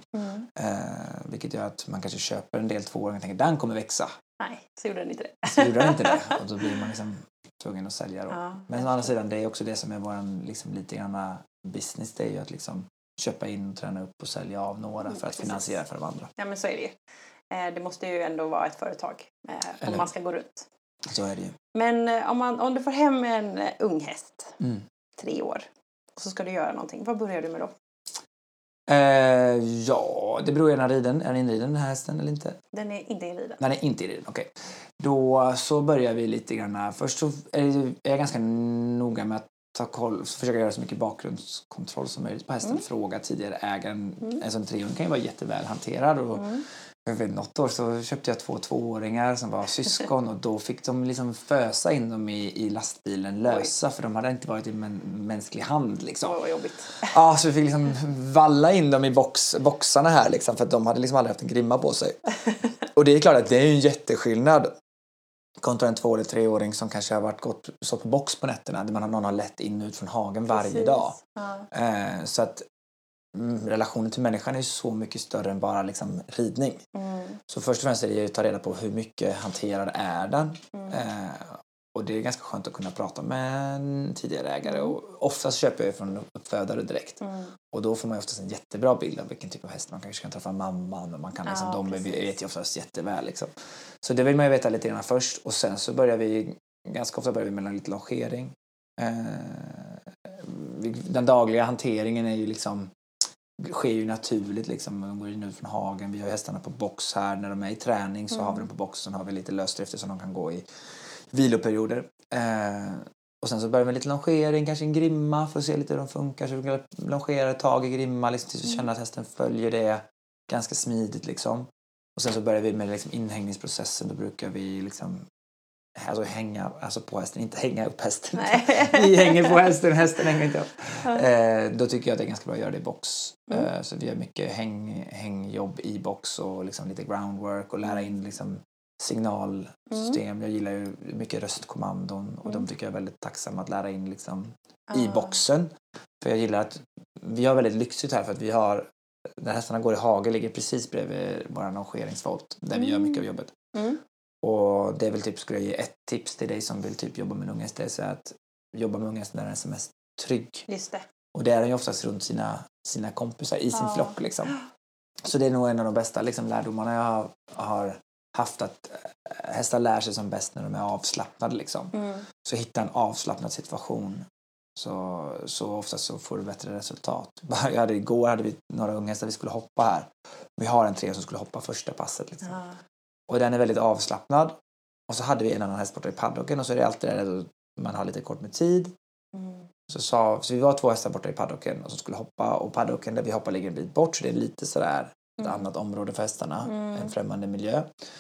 Vilket gör att man kanske köper en del 2-åringar och tänker den kommer växa. Nej, så gjorde den inte det. Så gjorde den inte det. Och då blir man liksom tvungen att sälja. Då. Ja, men å andra sidan, det är också det som är våran liksom, lite grann business. Det är ju att liksom, köpa in och träna upp och sälja av några för att finansiera för de andra. Ja, men så är det ju. Det måste ju ändå vara ett företag om man ska gå runt. Så är det ju. Men om du får hem en ung häst, 3 år, och så ska du göra någonting, vad börjar du med då? Ja, det beror ju när riden. Är den inriden den här hästen eller inte? Den är inte inriden. Den är inte inriden, okej. Då så börjar vi lite grann. Först så är jag ganska noga med att ta koll, så försöka göra så mycket bakgrundskontroll som möjligt på hästen. Fråga tidigare ägaren. En sån 3-åring kan ju vara jätteväl hanterad och över något år så köpte jag 2 2-åringar som var syskon och då fick de liksom fösa in dem i lastbilen lösa. För de hade inte varit i mänsklig hand liksom. Vad jobbigt. Ja, så vi fick liksom valla in dem i boxarna här liksom, för att de hade liksom aldrig haft en grimma på sig. Och det är klart att det är ju en jätteskillnad kontra en 2- eller 3-åring som kanske har gått så på box på nätterna där någon har lett in ut från hagen varje dag. Ja. Så att relationen till människan är så mycket större än bara liksom ridning. Så först och främst är det att ta reda på hur mycket hanterad är den. Och det är ganska skönt att kunna prata med en tidigare ägare. Och oftast köper jag från uppfödare direkt. Och då får man oftast en jättebra bild av vilken typ av häst man kanske kan träffa mamman. Och man kan liksom, de vet ju oftast jätteväl. Liksom. Så det vill man ju veta lite grann först. Och sen så börjar vi, ganska ofta börjar vi med en lite longering. Den dagliga hanteringen är ju liksom, sker ju naturligt liksom. De går in ut från hagen. Vi har hästarna på box här. När de är i träning så har vi dem på box. Sen har vi lite lösdrifter som de kan gå i viloperioder. Och sen så börjar vi med lite longering, kanske en grimma för att se lite hur de funkar. Så vi kan longera ett tag i grimma liksom, tills vi känner att hästen följer det ganska smidigt liksom. Och sen så börjar vi med liksom, inhängningsprocessen. Då brukar vi liksom hänga på hästen, inte hänga upp hästen. Vi hänger på hästen hänger inte upp. Då tycker jag att det är ganska bra att göra det i box. Så vi gör mycket hängjobb i box och liksom lite groundwork och lära in liksom signalsystem. Jag gillar ju mycket röstkommandon och de tycker jag är väldigt tacksamma att lära in liksom i boxen. För jag gillar att vi har väldigt lyxigt här för att vi har, när hästarna går i hage ligger precis bredvid vår longeringsvolt där vi gör mycket av jobbet. Och det är väl typ, skulle jag ge ett tips till dig som vill typ jobba med en unghäst, det är så att jobba med unghäst när den är som mest trygg. Just det. Och det är den ju oftast runt sina kompisar i sin flock liksom. Så det är nog en av de bästa liksom, lärdomarna jag har haft, att hästar lär sig som bäst när de är avslappnade liksom. Så hitta en avslappnad situation så oftast så får du bättre resultat. Igår hade vi några unghästar vi skulle hoppa här. Vi har en 3 som skulle hoppa första passet liksom. Och den är väldigt avslappnad Och så hade vi en annan häst borta i paddocken och så är det alltid där då man har lite kort med tid. Så vi var 2 hästar borta i paddocken och som skulle hoppa, och paddocken där vi hoppar ligger en bit bort, så det är lite sådär ett annat område för hästarna, en främmande miljö.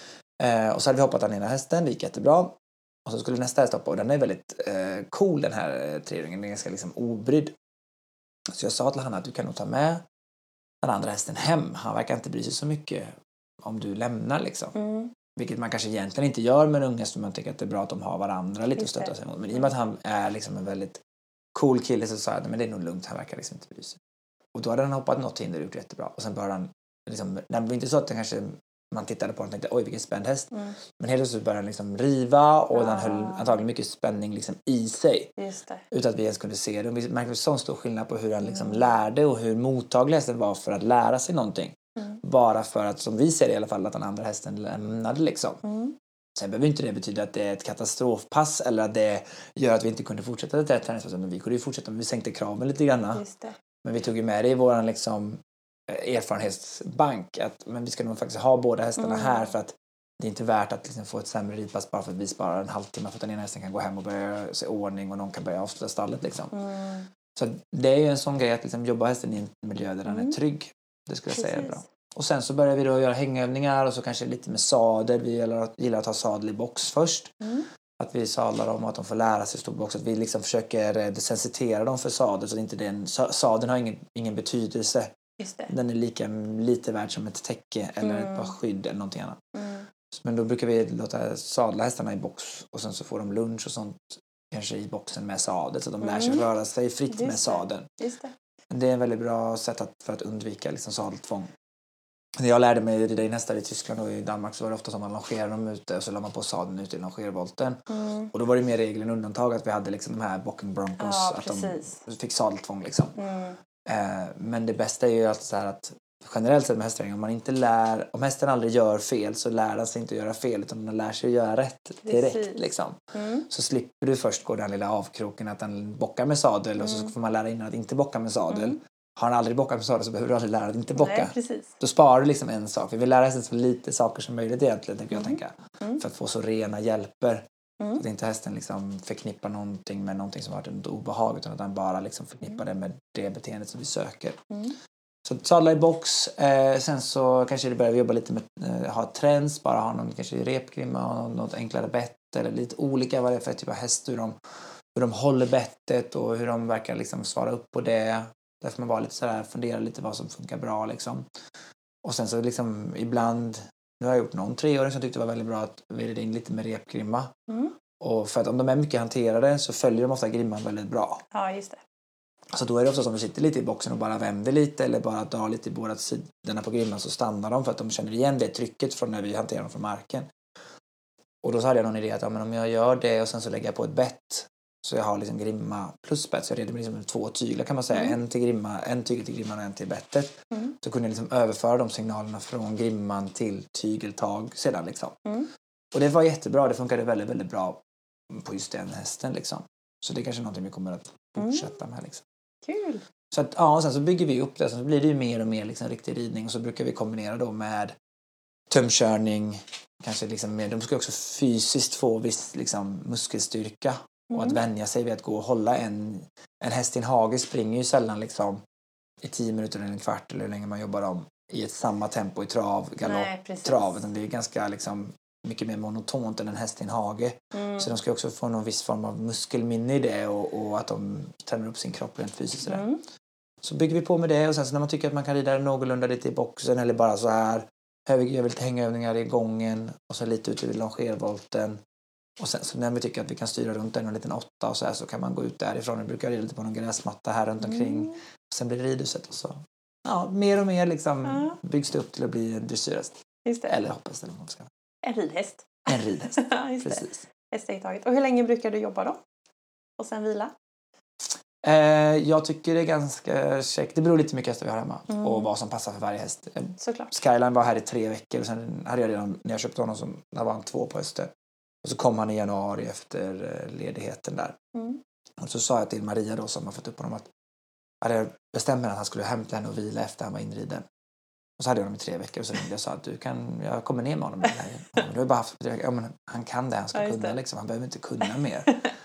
Och så hade vi hoppat den ena hästen, det gick jättebra. Och så skulle nästa häst hoppa, och den är väldigt cool, den här treåringen, den är ganska liksom obrydd. Så jag sa till Hanna att du kan nog ta med den andra hästen hem. Han verkar inte bry sig så mycket om du lämnar liksom. Vilket man kanske egentligen inte gör med en unge, som man tycker att det är bra att de har varandra lite att stötta sig mot. Men i och med att han är liksom en väldigt cool kille, så sa jag, men det är nog lugnt, han verkar liksom inte bry sig. Och då hade han hoppat något hinder och gjort jättebra. Och sen började han liksom, det var inte så att det kanske man tittade på den och tänkte, oj vilken spänd häst. Men helt plötsligt började den liksom riva, och den höll antagligen mycket spänning liksom i sig. Just det. Utan att vi ens kunde se det. Och vi märkte sån stor skillnad på hur han liksom lärde och hur mottaglig hästen var för att lära sig någonting. Bara för att, som vi ser det i alla fall, att den andra hästen lämnade liksom. Sen behöver inte det betyda att det är ett katastrofpass eller att det gör att vi inte kunde fortsätta det träningspasset. Men vi kunde ju fortsätta, men vi sänkte kraven lite grann. Just det. Men vi tog ju med det i vår liksom erfarenhetsbank, att men vi ska nog faktiskt ha båda hästarna här, för att det är inte värt att liksom få ett sämre ridpass bara för att vi sparar en halvtimme för att den ena hästen kan gå hem och börja se ordning och någon kan börja avsluta stallet liksom. Så det är ju en sån grej att liksom jobba hästen i en miljö där den är trygg. Det skulle jag säga är bra. Och sen så börjar vi då göra hängövningar och så kanske lite med sadel. Vi gillar att ha sadel i box först. Att vi sadlar dem och att de får lära sig stå i box. Att vi liksom försöker desensitera dem för sadel, så att inte den sadeln har ingen betydelse. Just det. Den är lika lite värd som ett täcke eller ett par skydd eller någonting annat. Men då brukar vi låta sadla hästarna i box, och sen så får de lunch och sånt kanske i boxen med sadel, så att de lär sig röra sig fritt med sadeln. Just det. Det är en väldigt bra sätt för att undvika liksom sadeltvång. När jag lärde mig rida in hästar i Tyskland och i Danmark, så var det ofta som man longerade dem ute och så la man på sadeln ute i longervolten. Och då var det mer regel än undantag att vi hade liksom de här Bocking Broncos, att de fick sadeltvång liksom. Men det bästa är ju alltid så här att generellt sett med hästträning, om hästen aldrig gör fel, så lär den sig inte att göra fel, utan den lär sig att göra rätt direkt liksom. Så slipper du först gå den lilla avkroken att den bockar med sadel, och så får man lära innan att inte bocka med sadel. Har han aldrig bockat med sadel, så behöver du aldrig lära att inte bocka. Nej, då sparar du liksom en sak. Vi vill lära hästen så lite saker som möjligt egentligen, tänker jag tänka. För att få så rena hjälper. Så att inte hästen liksom förknippar någonting med någonting som har varit ett obehag, utan att den bara liksom förknippar det med det beteendet som vi söker. Så sadla i box. Sen så kanske det börjar vi jobba lite med ha trends, bara ha någon kanske repgrimma, ha något enklare bett, eller lite olika vad det är för typ av häst, hur de håller bettet och hur de verkar liksom svara upp på det. Där får man vara lite sådär, fundera lite vad som funkar bra liksom. Och sen så liksom ibland, nu har jag gjort någon 3-åring som tyckte det var väldigt bra att vi red in lite med repgrimma. Och för att om de är mycket hanterade så följer de ofta grimman väldigt bra. Ja, just det. Så då är det ofta som de sitter lite i boxen och bara vänder lite eller bara drar lite i båda sidorna på grimman, så stannar de för att de känner igen det trycket från när vi hanterar dem från marken. Och då så hade jag någon idé att men om jag gör det och sen så lägger jag på ett bett, så jag har liksom grimma plus bett, så jag reder med liksom 2 tyglar kan man säga. En tygel till grimman och en till bettet. Så kunde jag liksom överföra de signalerna från grimman till tygeltag sedan liksom. Och det var jättebra, det funkade väldigt, väldigt bra på just den hästen liksom. Så det är kanske någonting vi kommer att fortsätta med liksom. Kul! Så att, ja, och sen så bygger vi upp det, så blir det ju mer och mer liksom riktig ridning, och så brukar vi kombinera då med tömkörning, kanske liksom med, de ska också fysiskt få viss liksom muskelstyrka. Och att vänja sig vid att gå och hålla en häst i en hage springer ju sällan liksom i 10 minuter eller en kvart eller hur länge man jobbar om i ett samma tempo i trav, galopp, trav. Utan det är ganska liksom mycket mer monotont än en häst i en hage. Så de ska också få någon viss form av muskelminne i det och att de tränar upp sin kropp rent fysiskt. Så bygger vi på med det, och sen så när man tycker att man kan rida någorlunda lite i boxen eller bara så här, gör vi lite hängövningar i gången och så lite ute vid longervolten. Och sen så när vi tycker att vi kan styra runt en liten 8 och så här, så kan man gå ut därifrån. Vi brukar rida lite på någon gräsmatta här runt omkring. Och sen blir det ridhuset och så. Ja, mer och mer liksom byggs det upp till att bli en dressyrhäst. Just det. Eller hoppas det. En ridhäst. En ridhäst, precis. Och hur länge brukar du jobba då? Och sen vila? Jag tycker det är ganska käckt. Det beror lite mycket hästar vi har hemma. Och vad som passar för varje häst. Såklart. Skyline var här i 3 veckor. Och sen hade jag redan, när jag köpte honom, där var han 2 på hösten. Och så kom han i januari efter ledigheten där. Och så sa jag till Maria då, som har fått upp honom, att jag bestämde att han skulle hämta henne och vila efter han var inriden. Och så hade jag honom i 3 veckor och så ringde jag och sa att jag kommer ner med honom. Du har ju bara haft 3 veckor. Ja, men han kan det, han ska kunna liksom. Han behöver inte kunna mer.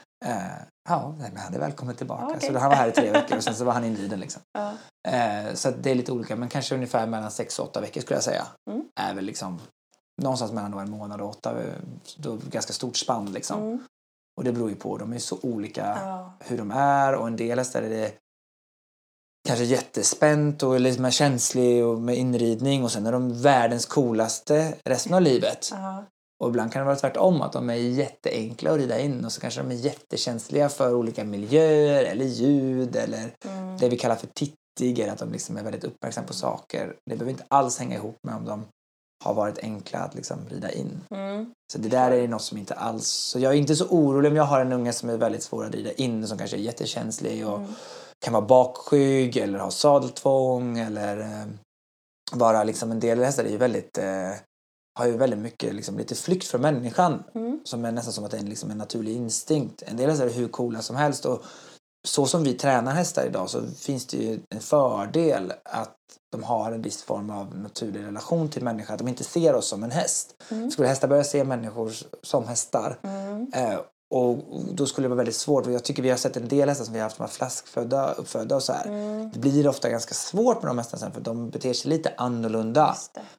Men han är välkommen tillbaka. Okay. Så han var här i 3 veckor och sen så var han inriden liksom. Så det är lite olika, men kanske ungefär mellan 6 och 8 veckor skulle jag säga. Är väl liksom någonstans mellan en månad och 8, då ganska stort spann liksom. Och det beror ju på, de är så olika hur de är, och en del hästar är det kanske jättespänt och lite mer känslig och med inridning, och sen är de världens coolaste resten av livet. Och ibland kan det vara tvärtom, att de är jätteenkla att rida in och så kanske de är jättekänsliga för olika miljöer eller ljud eller det vi kallar för tittig, att de liksom är väldigt uppmärksamma på saker. Det behöver inte alls hänga ihop med om de har varit enkla att liksom rida in. Så det där är något som inte alls... Så jag är inte så orolig om jag har en unge som är väldigt svår att rida in, som kanske är jättekänslig och kan vara bakskygg eller ha sadeltvång eller vara liksom en del hästar är ju väldigt... har ju väldigt mycket liksom, lite flykt från människan som är nästan som att det är liksom en naturlig instinkt. En del hästar är hur coola som helst, och så som vi tränar hästar idag så finns det ju en fördel att de har en viss form av naturlig relation till människan, att de inte ser oss som en häst. Skulle hästar börja se människor som hästar och då skulle det vara väldigt svårt. Jag tycker vi har sett en del hästar som vi har haft som är uppfödda och så här. Det blir ofta ganska svårt med de hästarna sen, för de beter sig lite annorlunda.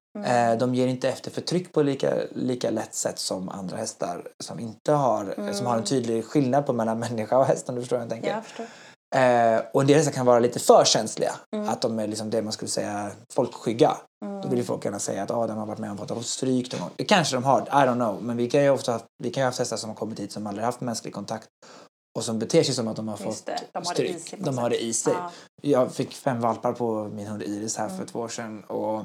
De ger inte efter för tryck på lika lätt sätt som andra hästar som inte har som har en tydlig skillnad på mellan människa och häst, om du förstår vad jag tänker. Jag förstår. Och en del hästar kan vara lite för känsliga. Att de är liksom det man skulle säga folkskygga. Då vill ju folk gärna säga att de har varit med om att få stryk. Det kanske de har, I don't know. Men vi kan ju ha haft hästar som har kommit hit som aldrig haft mänsklig kontakt och som beter sig som att de har fått stryk. De har det i sig. Jag fick 5 valpar på min hund Iris här för 2 år sedan, och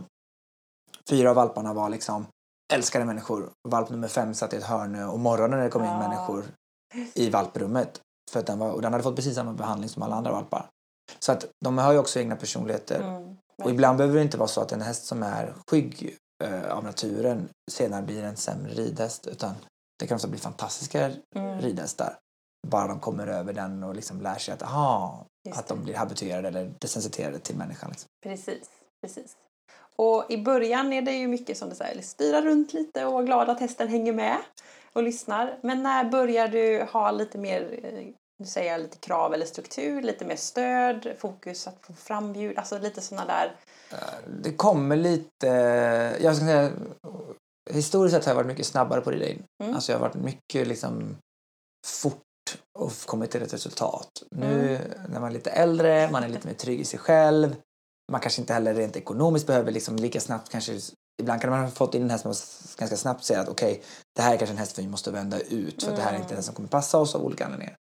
4 av valparna var liksom älskade människor. Valp nummer 5 satt i ett hörn och morgonen när det kom in människor i valprummet. För att den hade fått precis samma behandling som alla andra valpar. Så att de har ju också egna personligheter. Och ibland behöver det inte vara så att en häst som är skygg av naturen sedan blir en sämre ridhäst. Utan det kan också bli fantastiska ridhästar. Bara de kommer över den och liksom lär sig att de blir habituerade eller desensiterade till människan. Liksom. Precis. Och i början är det ju mycket som du säger, styra runt lite och vara glad att hästen hänger med och lyssnar. Men när börjar du ha lite mer, du säger lite krav eller struktur, lite mer stöd, fokus att få fram bjud, alltså lite sådana där? Det kommer lite, jag ska säga, historiskt sett har jag varit mycket snabbare på det in. Alltså jag har varit mycket liksom fort och kommit till ett resultat. Nu när man är lite äldre, man är lite mer trygg i sig själv. Man kanske inte heller rent ekonomiskt behöver liksom lika snabbt kanske. Ibland kan man ha fått in en häst som ganska snabbt säger att okej, det här är kanske en häst vi måste vända ut för att det här är inte den som kommer passa oss av olika anledningar.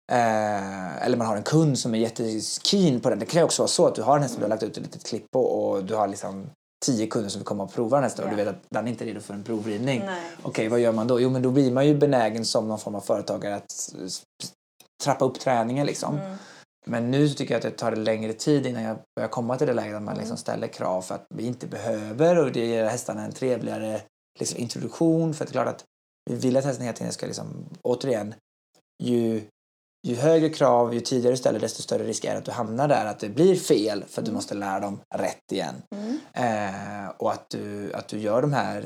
Eller man har en kund som är jättekeen på den. Det kan ju också vara så att du har en häst som du har lagt ut ett litet klipp på och du har liksom 10 kunder som vill komma och prova den hästen och du vet att den inte är redo för en provridning. Okej, vad gör man då? Jo, men då blir man ju benägen som någon form av företagare att trappa upp träningen liksom. Men nu så tycker jag att det tar längre tid innan jag börjar komma till det läget att man liksom ställer krav för att vi inte behöver, och det ger hästarna en trevligare liksom introduktion, för att det är klart att vi vill att hästen hela tiden ska liksom, återigen, ju högre krav, ju tidigare du ställer, desto större risk är att du hamnar där, att det blir fel för att du måste lära dem rätt igen. Och att du gör de här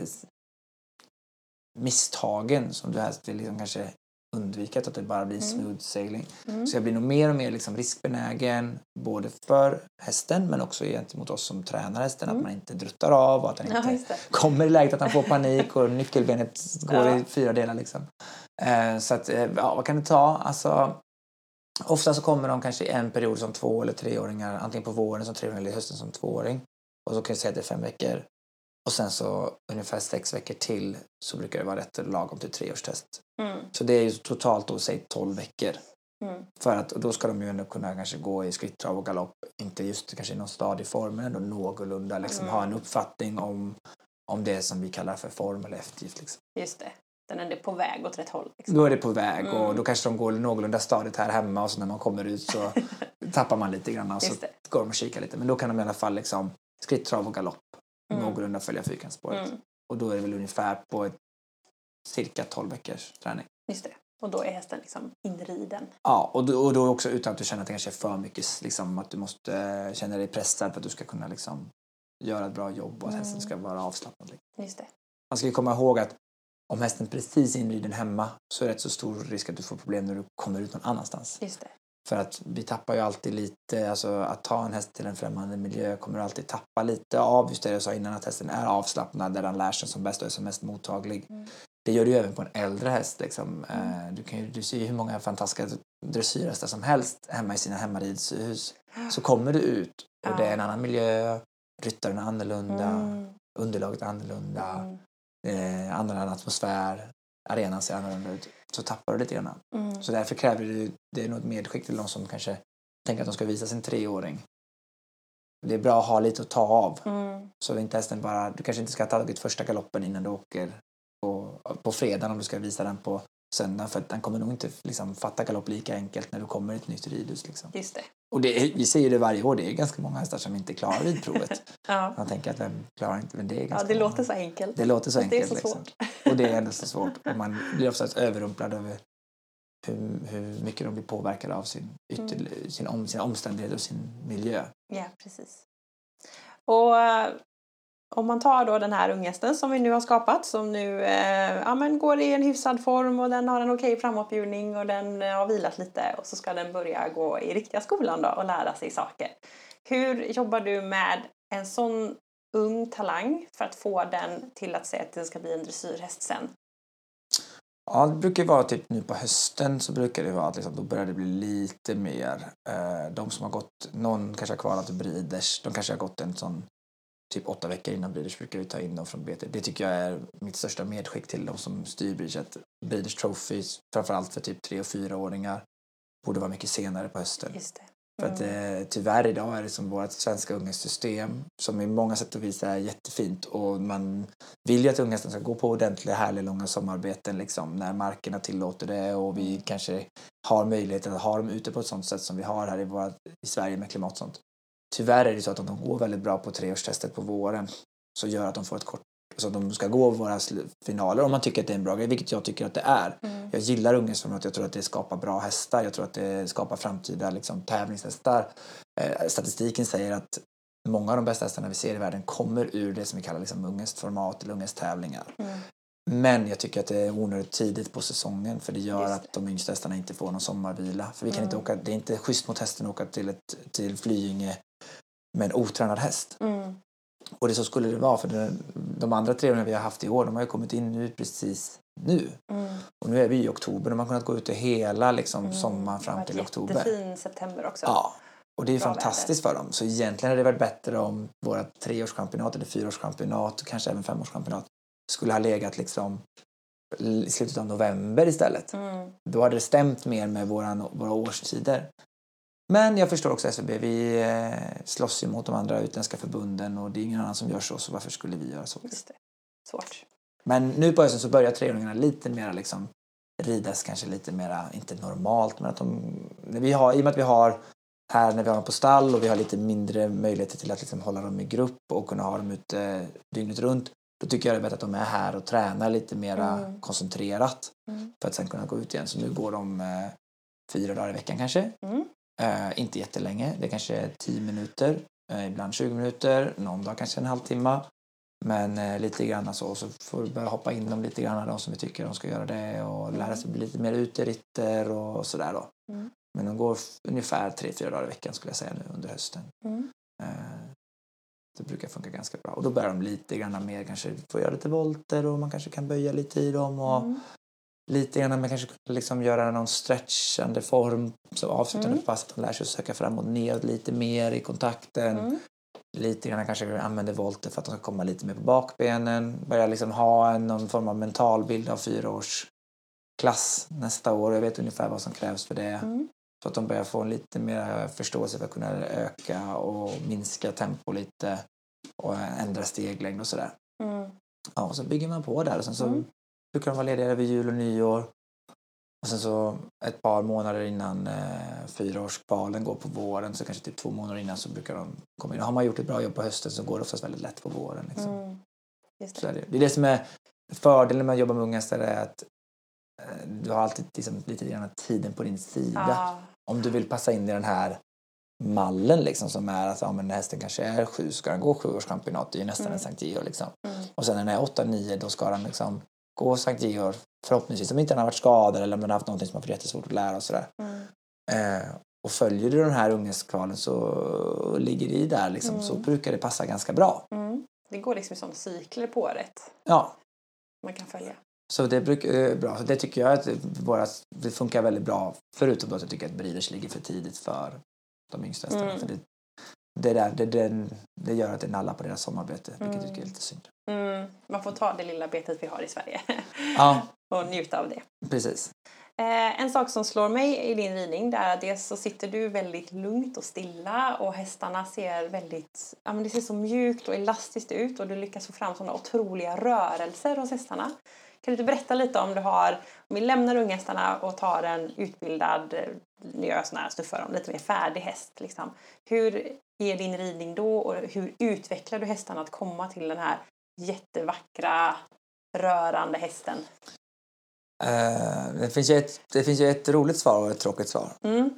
misstagen som du helst vill liksom kanske undvika, att det bara blir smooth sailing. Så jag blir nog mer och mer liksom riskbenägen både för hästen men också gentemot oss som tränar hästen, att man inte druttar av och att den inte kommer i läget att han får panik och nyckelbenet går i 4 delar liksom. Så att, vad kan det ta? Alltså, ofta så kommer de kanske i en period som 2- eller 3-åringar, antingen på våren som 3-åring eller i hösten som 2-åring, och så kan jag säga att det är 5 veckor. Och sen så ungefär 6 veckor till så brukar det vara rätt lagom till 3-årstest. Så det är ju totalt då, säg 12 veckor. För att, och då ska de ju ändå kunna kanske gå i skritttrav och galopp. Inte just kanske i någon stadig form, men ändå någorlunda liksom ha en uppfattning om det som vi kallar för form eller eftergift. Liksom. Just det. Den är på väg åt rätt håll. Liksom. Då är det på väg och då kanske de går någorlunda stadigt här hemma, och så när man kommer ut så tappar man lite grann och så går de och kikar lite. Men då kan de i alla fall liksom skritttrav och galopp någorlunda följa fyrkantsspåret. Och då är det väl ungefär på cirka 12 veckors träning. Just det. Och då är hästen liksom inriden. Ja, och då också utan att du känner att det kanske är för mycket, liksom, att du måste känna dig pressad för att du ska kunna liksom göra ett bra jobb och att hästen ska vara avslappnad. Just det. Man ska ju komma ihåg att om hästen precis inriden hemma så är det rätt så stor risk att du får problem när du kommer ut någon annanstans. Just det. För att vi tappar ju alltid lite, alltså att ta en häst till en främmande miljö kommer du alltid tappa lite av just det jag sa innan, att hästen är avslappnad där den lär sig som bäst och är som mest mottaglig. Det gör du ju även på en äldre häst liksom. Du ser ju hur många fantastiska dressyrhästar som helst hemma i sina hemmaridshus. Så kommer du ut och det är en annan miljö, ryttaren är annorlunda, underlaget är annorlunda, annan atmosfär, arenan ser annorlunda ut. Så tappar du lite grann. Så därför kräver det är något medskick till de som kanske tänker att de ska visa sin 3-åring. Det är bra att ha lite att ta av. Så inte hästen bara, du kanske inte ska ha tagit första galoppen innan du åker på fredagen om du ska visa den på söndag, för att den kommer nog inte liksom fatta galopp lika enkelt när du kommer i ett nytt ridhus. Liksom. Just det. Och vi ser ju det varje år, det är ganska många hästar som inte klarar ridprovet. Ja. Man tänker att vem klarar inte, men det är ganska det många. låter så enkelt. Det låter så enkelt. Det är så liksom. svårt. Och det är ändå så svårt. Och man blir oftast överrumplad över hur mycket de blir påverkade av sina omständigheter och sin miljö. Ja, precis. Och om man tar då den här unghästen som vi nu har skapat, som nu går i en hyfsad form och den har en okej framåtbjudning och den har vilat lite, och så ska den börja gå i riktiga skolan då och lära sig saker. Hur jobbar du med en sån ung talang för att få den till att säga att den ska bli en dressyrhäst sen? Ja, det brukar vara typ nu på hösten så brukar det vara att liksom, då börjar det bli lite mer. De som har gått, någon kanske har kvalat till Breeders, de kanske har gått en sån typ 8 veckor innan Breeders brukar vi ta in dem från BT. Det tycker jag är mitt största medskick till de som styr Breeders Trophies, framförallt för typ 3- och 4-åringar, borde vara mycket senare på hösten. Just det. För att tyvärr idag är det som vårt svenska unghästsystem som i många sätt och vis är jättefint, och man vill ju att unghästen ska gå på ordentliga, härliga, långa sommarbeten liksom, när markerna tillåter det, och vi kanske har möjlighet att ha dem ute på ett sånt sätt som vi har här i Sverige med klimat och sånt. Tyvärr är det så att om de går väldigt bra på 3-årstestet på våren så gör att de får ett kort, så att de ska gå våra finaler om man tycker att det är en bra grej, vilket jag tycker att det är. Jag gillar unghästar, att jag tror att det skapar bra hästar, jag tror att det skapar framtida liksom, tävlingshästar. Statistiken säger att många av de bästa hästarna vi ser i världen kommer ur det som vi kallar liksom, unghästformat eller unghästtävlingar. Men jag tycker att det är onödigt tidigt på säsongen, för det gör att de yngsta hästarna inte får någon sommarvila. För vi kan inte åka, det är inte schysst mot hästen att åka till Flyinge med en otränad häst. Och det så skulle det vara, för de andra 3 vi har haft i år, de har ju kommit in nu precis nu. Och nu är vi i oktober och man har kunnat gå ut hela liksom, sommaren fram till oktober. Jättefin september också. Ja, och det är bra fantastiskt väder för dem. Så egentligen hade det varit bättre om våra 3-årschampionat eller 4-årschampionat, kanske även 5-årschampionat, skulle ha legat liksom i slutet av november istället. Då hade det stämt mer med våra årstider. Men jag förstår också SVB, vi slåss ju mot de andra utländska förbunden och det är ingen annan som gör så varför skulle vi göra så? Just det. Svårt. Men nu på hösten så börjar 3-åringarna lite mer liksom ridas kanske lite mer, inte normalt, men att i och med att vi har här när vi har dem på stall och vi har lite mindre möjligheter till att liksom hålla dem i grupp och kunna ha dem ute dygnet runt, då tycker jag det är bättre att de är här och tränar lite mer koncentrerat för att sen kunna gå ut igen. Så nu går de 4 dagar i veckan kanske. Inte jättelänge, det kanske är 10 minuter, ibland 20 minuter, någon dag kanske en halvtimme. Men lite grann så får vi börja hoppa in dem lite grann, de som vi tycker de ska göra det, och lära sig bli lite mer uteritter och sådär då. Men de går ungefär 3-4 dagar i veckan skulle jag säga nu under hösten. Det brukar funka ganska bra. Och då börjar de lite grann mer, kanske få göra lite volter och man kanske kan böja lite i dem och lite grann med kanske liksom göra någon stretchande form så avslutande pass att de lär sig att söka fram och ner lite mer i kontakten. Lite grann kanske använder volter för att de ska komma lite mer på bakbenen. Börja liksom ha någon form av mental bild av 4-årsklass nästa år. Jag vet ungefär vad som krävs för det. Så att de börjar få lite mer förståelse för att kunna öka och minska tempo lite. Och ändra steglängd och sådär. Ja, och så bygger man på där. Och sen så brukar de vara lediga över jul och nyår. Och sen så ett par månader innan 4-årskvalen går på våren, så kanske typ 2 månader innan så brukar de komma in. Har man gjort ett bra jobb på hösten så går det oftast väldigt lätt på våren. Liksom. Just det. Så är det som är fördelen med att jobba med unga hästar är att du har alltid liksom, lite grann tiden på din sida. Om du vill passa in i den här mallen liksom, som är att men när hästen kanske är 7 ska den gå 7-årschampionat, det är ju nästan en Sankt Georg liksom. Och sen när den är 8-9 då ska den liksom gå Sankt Georg, förhoppningsvis om inte den har varit skadad eller om den har haft någonting som har varit jättesvårt att lära och sådär. Och följer du den här ungeskvalen så ligger det i där liksom, så brukar det passa ganska bra. Det går liksom som cykler på året. Ja. Man kan följa. Så det brukar bra. Så det tycker jag att det funkar väldigt bra. Förutom att jag tycker att breeders ligger för tidigt för de yngsta hästarna. För det gör att det nallar på deras sommarbete. Vilket jag tycker är lite synd. Man får ta det lilla betet vi har i Sverige. Ja. Och njuta av det. Precis. En sak som slår mig i din ridning där är dels så sitter du väldigt lugnt och stilla och hästarna ser väldigt, det ser så mjukt och elastiskt ut och du lyckas få fram sådana otroliga rörelser hos hästarna. Kan du inte berätta lite om vi lämnar unghästarna och tar en utbildad, nu gör jag sådana här stuffar om, lite mer färdig häst liksom. Hur är din ridning då och hur utvecklar du hästarna att komma till den här jättevackra, rörande hästen? Det finns ju ett roligt svar och ett tråkigt svar.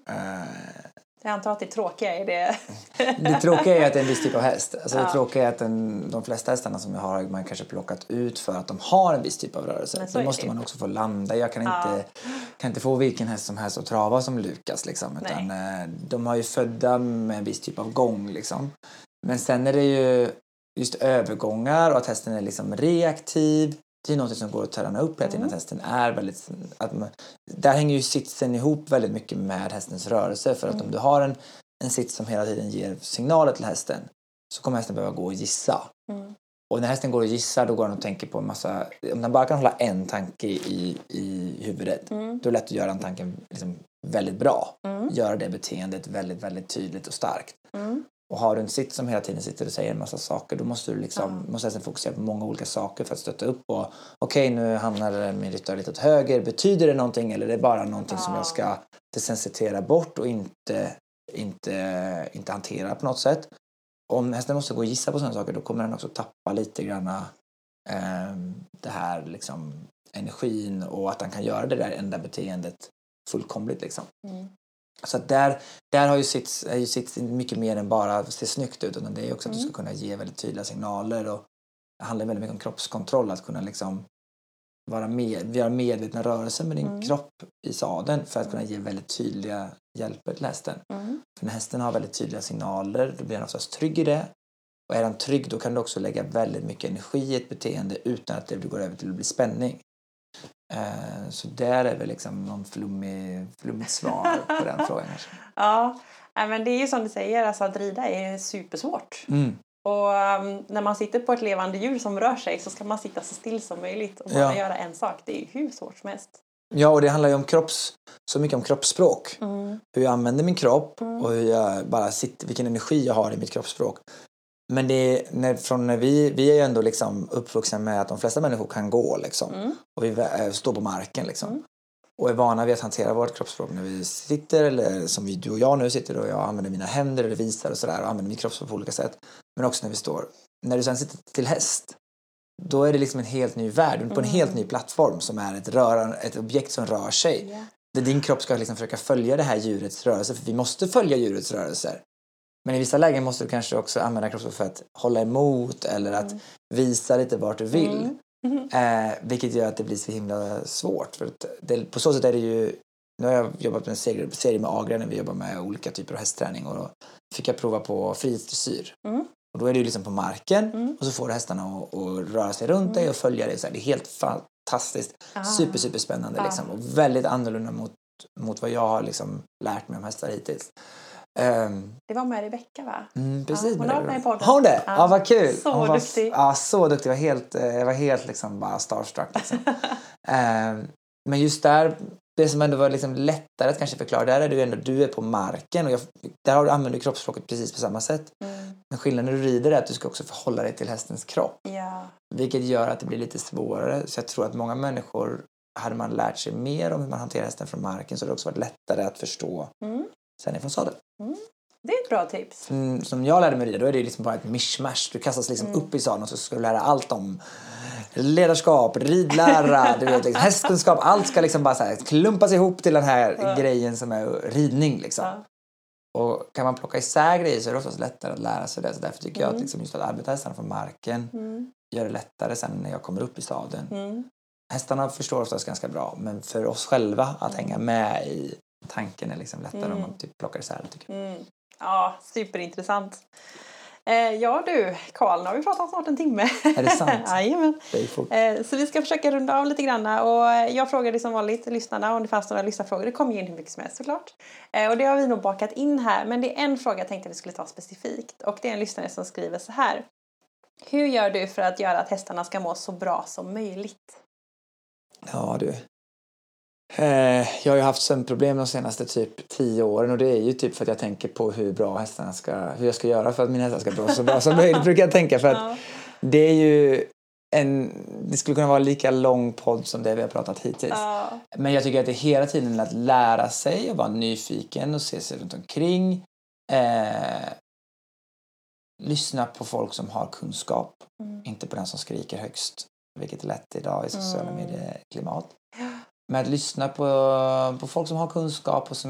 Jag antar att det tråkiga är det. Det tråkiga är att det är en viss typ av häst. Alltså det tråkiga är att de flesta hästarna som jag har man kanske plockat ut för att de har en viss typ av rörelse. Då måste man också få landa. Jag kan inte få vilken häst som helst att trava som Lukas. Liksom, utan de har ju födda med en viss typ av gång. Liksom. Men sen är det ju just övergångar och att hästen är liksom reaktiv. Det är något som går att träna upp hela tiden. Att hästen är väldigt... där hänger ju sitsen ihop väldigt mycket med hästens rörelse. För att om du har en sits som hela tiden ger signaler till hästen så kommer hästen behöva gå och gissa. Och när hästen går och gissar då går den och tänker på en massa... Om den bara kan hålla en tanke i huvudet då är det lätt att göra den tanken liksom väldigt bra. Göra det beteendet väldigt, väldigt tydligt och starkt. Och har du en sitt som hela tiden sitter och säger en massa saker då måste du måste nästan fokusera på många olika saker för att stötta upp och okej, nu hamnar min ryttare lite åt höger, betyder det någonting eller är det bara någonting som jag ska desensitera bort och inte hantera på något sätt. Om hästen måste gå och gissa på sådana saker då kommer den också tappa lite granna det här liksom energin och att den kan göra det där enda beteendet fullkomligt liksom. Så att där har ju sitt mycket mer än bara att se snyggt ut utan det är också att du ska kunna ge väldigt tydliga signaler och det handlar väldigt mycket om kroppskontroll att kunna liksom göra medvetna rörelser med din kropp i sadeln för att kunna ge väldigt tydliga hjälper till hästen. För när hästen har väldigt tydliga signaler då blir den oftast trygg i det och är den trygg då kan du också lägga väldigt mycket energi i ett beteende utan att det går över till att bli spänning. Så där är väl liksom någon flummigt svar på den frågan kanske. Ja, men det är ju som du säger, alltså att rida är supersvårt. Och när man sitter på ett levande djur som rör sig så ska man sitta så still som möjligt och bara göra en sak. Det är ju hur svårt som helst. Ja, och det handlar ju om så mycket om kroppsspråk. Hur jag använder min kropp och hur jag bara sitter, vilken energi jag har i mitt kroppsspråk. Men vi är ju ändå liksom uppvuxna med att de flesta människor kan gå liksom. Och vi står på marken liksom. Och är vana vid att hantera vårt kroppsspråk när vi sitter eller som du och jag nu sitter och jag använder mina händer eller visar och sådär och använder min kroppsspråk på olika sätt. Men också när vi står. När du sen sitter till häst då är det liksom en helt ny värld på en helt ny plattform som är ett objekt som rör sig. Där din kropp ska liksom försöka följa det här djurets rörelse för vi måste följa djurets rörelser. Men i vissa lägen måste du kanske också använda kroppen för att hålla emot eller att visa lite vart du vill. Vilket gör att det blir så himla svårt. För att på så sätt är det ju... Nu har jag jobbat med en serie med Agria när vi jobbar med olika typer av hästträning. Och då fick jag prova på frihetsdressyr. Och då är det ju liksom på marken. Och så får du hästarna att röra sig runt dig och följa dig. Så det är helt fantastiskt. Super spännande liksom. Och väldigt annorlunda mot vad jag har liksom lärt mig om hästar hittills. Det var med Rebecka va? Precis. Hon har med i podden. Har hon det? Ja, vad kul. Så duktig. Ja, så duktig. Jag var helt liksom bara starstruck liksom. Men just där, det som ändå var liksom lättare att kanske förklara, där är du ändå, du är på marken och där har du använder kroppsspråket precis på samma sätt. Men skillnaden när du rider är att du ska också förhålla dig till hästens kropp. Vilket gör att det blir lite svårare. Så jag tror att många människor, hade man lärt sig mer om hur man hanterar hästen från marken så hade det också varit lättare att förstå sen ifrån sadeln. Det är ett bra tips. Som jag lärde mig rida, då är det liksom bara ett mishmash. Du kastas liksom upp i sadeln och så ska du lära allt om ledarskap, ridlära, du vet, liksom, hästkunskap. Allt ska liksom bara så här klumpas ihop till den här grejen som är ridning liksom. Och kan man plocka isär grejer så är det oftast lättare att lära sig det. Så därför tycker jag att liksom just att arbeta hästarna från marken gör det lättare sen när jag kommer upp i staden. Hästarna förstår oftast ganska bra, men för oss själva att hänga med i tanken är liksom lättare om man typ plockar isär det, tycker jag. Ja, superintressant. Ja du, Karl, nu har vi pratat snart en timme. Är det sant? Jajamän. Det är fort. Så vi ska försöka runda av lite grann. Och jag frågade som vanligt lyssnarna om det fanns några lyssnarfrågor. Det kommer ju in hur mycket som helst såklart. Och det har vi nog bakat in här. Men det är en fråga jag tänkte att vi skulle ta specifikt. Och det är en lyssnare som skriver så här. Hur gör du för att göra att hästarna ska må så bra som möjligt? Ja du. Jag har ju haft sömnproblem de senaste typ 10 åren. Och det är ju typ för att jag tänker på hur jag ska göra för att mina hästar ska må så bra som möjligt. Brukar jag tänka, för att det är ju det skulle kunna vara lika lång podd som det vi har pratat hittills. Men jag tycker att det är hela tiden att lära sig och vara nyfiken och se sig runt omkring. Lyssna på folk som har kunskap. Inte på den som skriker högst, vilket är lätt idag i sociala medieklimat. Men att lyssna på folk som har kunskap och som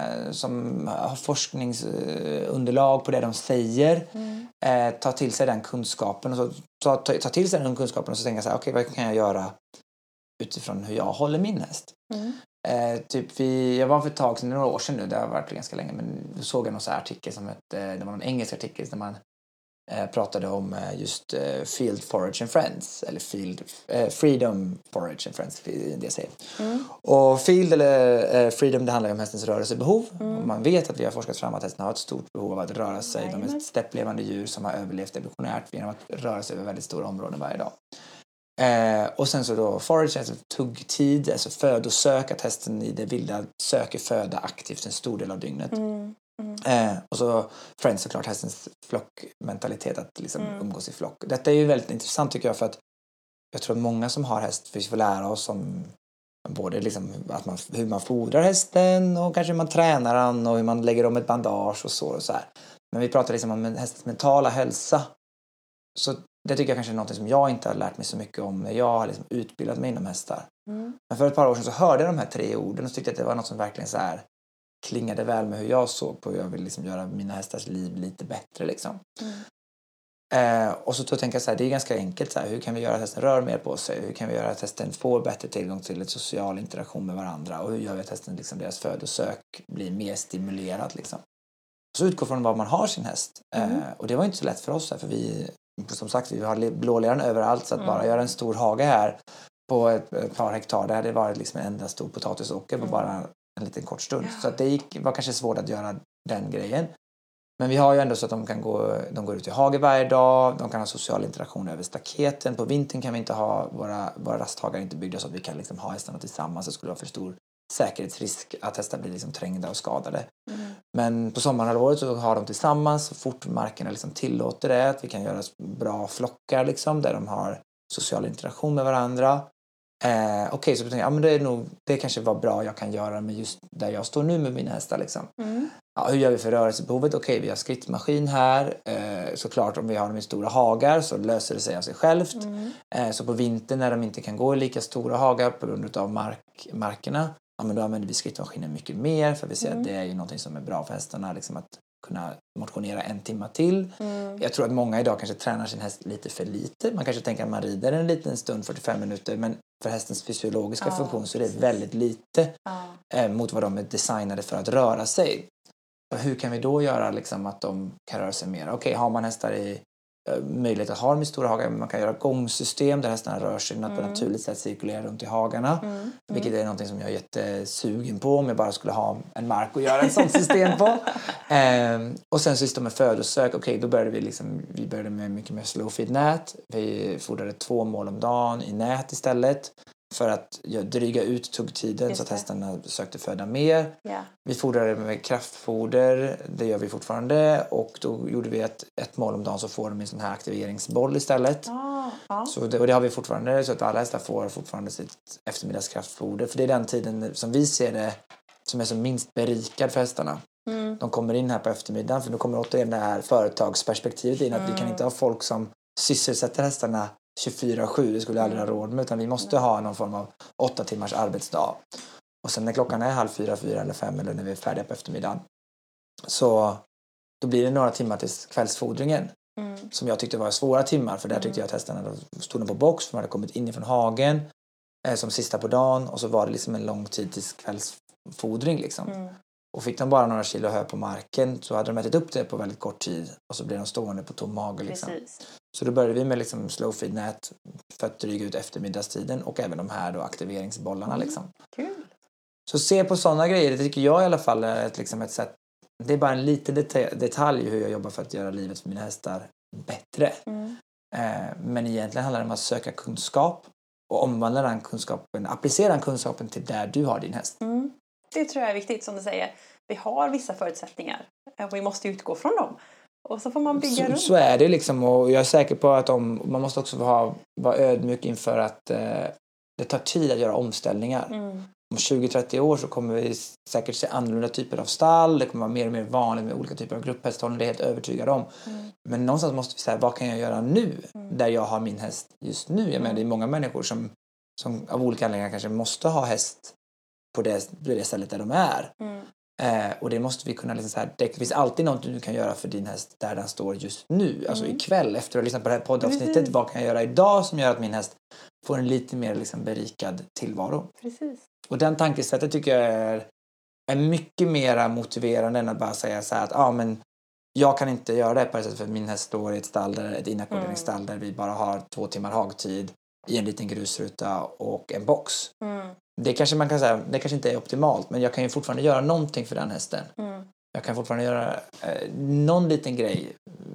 har forskningsunderlag på det de säger. Ta till sig den kunskapen och så ta till sig den kunskapen och så tänka så här, okej, vad kan jag göra utifrån hur jag håller min häst? Jag var för ett tag sedan, några år sedan nu, det har varit ganska länge, men då såg jag någon så här artikel det var en engelsk artikel där man pratade om just Field Forage and Friends, eller Freedom Forage and Friends, det jag säger. Och Field eller Freedom, det handlar ju om hästens rörelsebehov. Och man vet att vi har forskat fram att hästen har ett stort behov av att röra sig. De är stäpplevande djur som har överlevt evolutionärt genom att röra sig över väldigt stora områden varje dag. Och sen så då forage, alltså tuggtid, alltså födosök, att hästen i det vilda söker föda aktivt en stor del av dygnet. Och så Friends, såklart, hästens flockmentalitet, att liksom umgås i flock. Detta är ju väldigt intressant, tycker jag, för att jag tror att många som har häst får lära oss om både liksom hur man fodrar hästen och kanske hur man tränar den och hur man lägger om ett bandage och så här. Men vi pratar liksom om hästens mentala hälsa. Så det tycker jag kanske är något som jag inte har lärt mig så mycket om när jag har liksom utbildat mig inom hästar. Men för ett par år sedan så hörde jag de här 3 orden och tyckte att det var något som verkligen så här klingade väl med hur jag såg på hur jag vill liksom göra mina hästars liv lite bättre liksom. Och så tänker jag så här, det är ganska enkelt så här, hur kan vi göra att hästen rör mer på sig? Hur kan vi göra att hästen får bättre tillgång till ett social interaktion med varandra? Och hur gör vi att hästen liksom, deras födosök blir mer stimulerat liksom? Så utgår från vad man har sin häst. Och det var inte så lätt för oss här, för vi, som sagt, vi har blåleran överallt, så att bara göra en stor hage här på ett par hektar, det hade varit liksom en enda stor potatisåker på bara en liten kort stund. Så att var kanske svårt att göra den grejen. Men vi har ju ändå så att de går ut i hage varje dag, de kan ha social interaktion över staketen. På vintern kan vi inte ha våra rasthagar inte byggda så att vi kan liksom ha hästarna tillsammans. Det skulle vara för stor säkerhetsrisk att hästar blir liksom trängda och skadade. Men på sommarhalvåret så har de tillsammans så fort markerna liksom tillåter det, att vi kan göra bra flockar liksom, där de har social interaktion med varandra. Okej, så jag tänkte, men det kanske var bra jag kan göra med just där jag står nu med mina hästar liksom. Ja, hur gör vi för rörelsebehovet? Okej, vi har skrittmaskin här. Såklart, om vi har dem i stora hagar så löser det sig av sig självt. Så på vintern när de inte kan gå i lika stora hagar på grund av markerna, ja, men då använder vi skrittmaskinen mycket mer, för vi ser att det är ju någonting som är bra för hästarna liksom, att kunna motionera 1 timme till. Jag tror att många idag kanske tränar sin häst lite för lite. Man kanske tänker att man rider en liten stund, 45 minuter, men för hästens fysiologiska funktion så är det väldigt lite mot vad de är designade för att röra sig. Och hur kan vi då göra liksom, att de kan röra sig mer? Okej, har man hästar i möjlighet att ha dem i stora hagar, men man kan göra gångsystem där hästarna rör sig på ett naturligt sätt, cirkulera runt i hagarna. Vilket är någonting som jag är jättesugen på om jag bara skulle ha en mark och göra ett sånt system på. Och sen sist med födosök. Okej, då började vi började med mycket mer slow feed nät. Vi fodrade 2 mål om dagen i nät istället, för att dryga ut tuggtiden så att hästarna sökte föda mer. Vi fodrade med kraftfoder, det gör vi fortfarande, och då gjorde vi ett mål om dagen, så får de en sån här aktiveringsboll istället. Så det har vi fortfarande, så att alla hästar får fortfarande sitt eftermiddagskraftfoder, för det är den tiden som vi ser det som är som minst berikad för hästarna. De kommer in här på eftermiddagen, för då kommer återigen det här företagsperspektivet in, att vi kan inte ha folk som sysselsätter hästarna 24/7, det skulle jag aldrig ha råd med, utan vi måste ha någon form av 8 timmars arbetsdag. Och sen när klockan är 3:30, 4 eller 5, eller när vi är färdiga på eftermiddagen, Så då blir det några timmar till kvällsfodringen. Som jag tyckte var svåra timmar. För där tyckte jag att hästarna stod på box. För de hade kommit in från hagen. Som sista på dagen. Och så var det liksom en lång tid till kvällsfodring liksom. Och fick de bara några kilo hö på marken så hade de ätit upp det på väldigt kort tid. Och så blev de stående på tom mage liksom. Så då började vi med liksom slow feed nät för att dryga ut eftermiddagstiden. Och även de här då aktiveringsbollarna liksom. Kul! Så se på sådana grejer, det tycker jag i alla fall är ett sätt. Det är bara en liten detalj hur jag jobbar för att göra livet för mina hästar bättre. Men egentligen handlar det om att söka kunskap och omvandla den kunskapen, applicera den kunskapen till där du har din häst. Det tror jag är viktigt, som du säger. Vi har vissa förutsättningar och vi måste utgå från dem. Och så får man bygga runt. Så är det liksom, och jag är säker på att man måste också vara ödmjuk inför att det tar tid att göra omställningar. Om 20-30 år så kommer vi säkert se annorlunda typer av stall. Det kommer vara mer och mer vanligt med olika typer av grupphästhållning. Det är helt övertygad om. Men någonstans måste vi säga, vad kan jag göra nu? Där jag har min häst just nu. Jag menar, det är många människor som av olika anledningar kanske måste ha häst på det stället där de är. Och det måste vi kunna liksom så här, det finns alltid något du kan göra för din häst där den står just nu. Alltså ikväll efter att ha lyssnat på det här poddavsnittet. Vad kan jag göra idag som gör att min häst får en lite mer liksom berikad tillvaro? Precis. Och den tankesättet tycker jag är mycket mer motiverande än att bara säga så här att men jag kan inte göra det på det sättet för min häst står i ett stall, ett inackorderingsstall där vi bara har 2 timmar hagtid i en liten grusruta och en box. Det kanske man kan säga, det kanske inte är optimalt, men jag kan ju fortfarande göra någonting för den hästen. Jag kan fortfarande göra någon liten grej,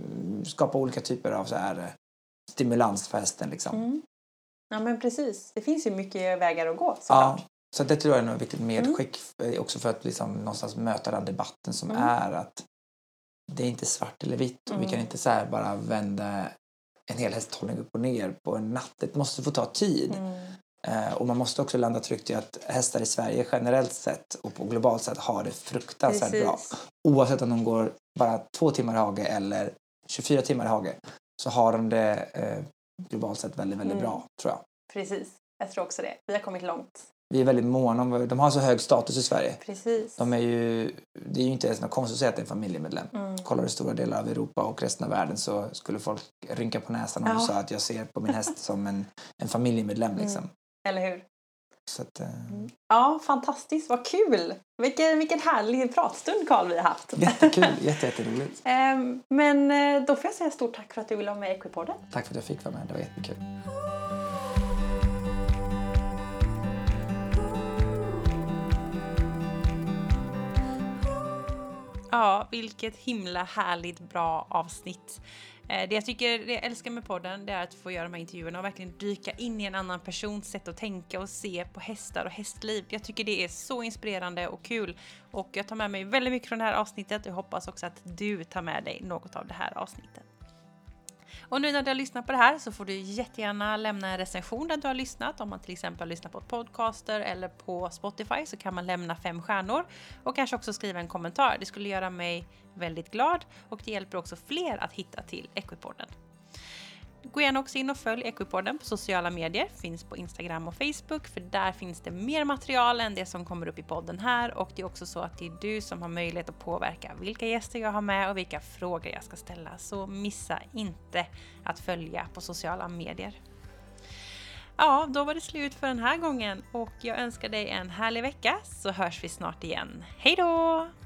skapa olika typer av så här stimulans för hästen liksom. Ja, men precis. Det finns ju mycket vägar att gå. Ja, så det tror jag är ett viktigt medskick också för att liksom någonstans möta den debatten som är att det är inte svart eller vitt och vi kan inte så här bara vända en hel hästhållning upp och ner på en natt. Det måste få ta tid. Och man måste också landa tryggt i att hästar i Sverige generellt sett och på globalt sett har det fruktansvärt bra. Oavsett om de går bara 2 timmar i hage eller 24 timmar i hage så har de det globalt sett väldigt, väldigt bra, tror jag. Precis, jag tror också det. Vi har kommit långt. Vi är väldigt måna om, de har så hög status i Sverige. Precis. Det är ju inte ens något konstigt att säga att det är en familjemedlem. Kollar du stora delar av Europa och resten av världen så skulle folk rynka på näsan om du sa att jag ser på min häst som en familjemedlem liksom. Eller hur? Så att, ja, fantastiskt. Vad kul! Vilken härlig pratstund, Carl, vi har haft. Jättekul, jätteroligt. Men då får jag säga stort tack för att du ville vara med i Equipodden. Tack för att jag fick vara med, det var jättekul. Ja, vilket himla härligt bra avsnitt. Det jag älskar med podden, det är att få göra de här intervjuerna och verkligen dyka in i en annan persons sätt att tänka och se på hästar och hästliv. Jag tycker det är så inspirerande och kul. Och jag tar med mig väldigt mycket från det här avsnittet och jag hoppas också att du tar med dig något av det här avsnittet. Och nu när du har lyssnat på det här så får du jättegärna lämna en recension där du har lyssnat. Om man till exempel har lyssnat på ett podcaster eller på Spotify så kan man lämna 5 stjärnor. Och kanske också skriva en kommentar. Det skulle göra mig väldigt glad och det hjälper också fler att hitta till Equipodden. Gå gärna också in och följ Equipodden på sociala medier. Finns på Instagram och Facebook för där finns det mer material än det som kommer upp i podden här. Och det är också så att det är du som har möjlighet att påverka vilka gäster jag har med och vilka frågor jag ska ställa. Så missa inte att följa på sociala medier. Ja, då var det slut för den här gången och jag önskar dig en härlig vecka så hörs vi snart igen. Hej då!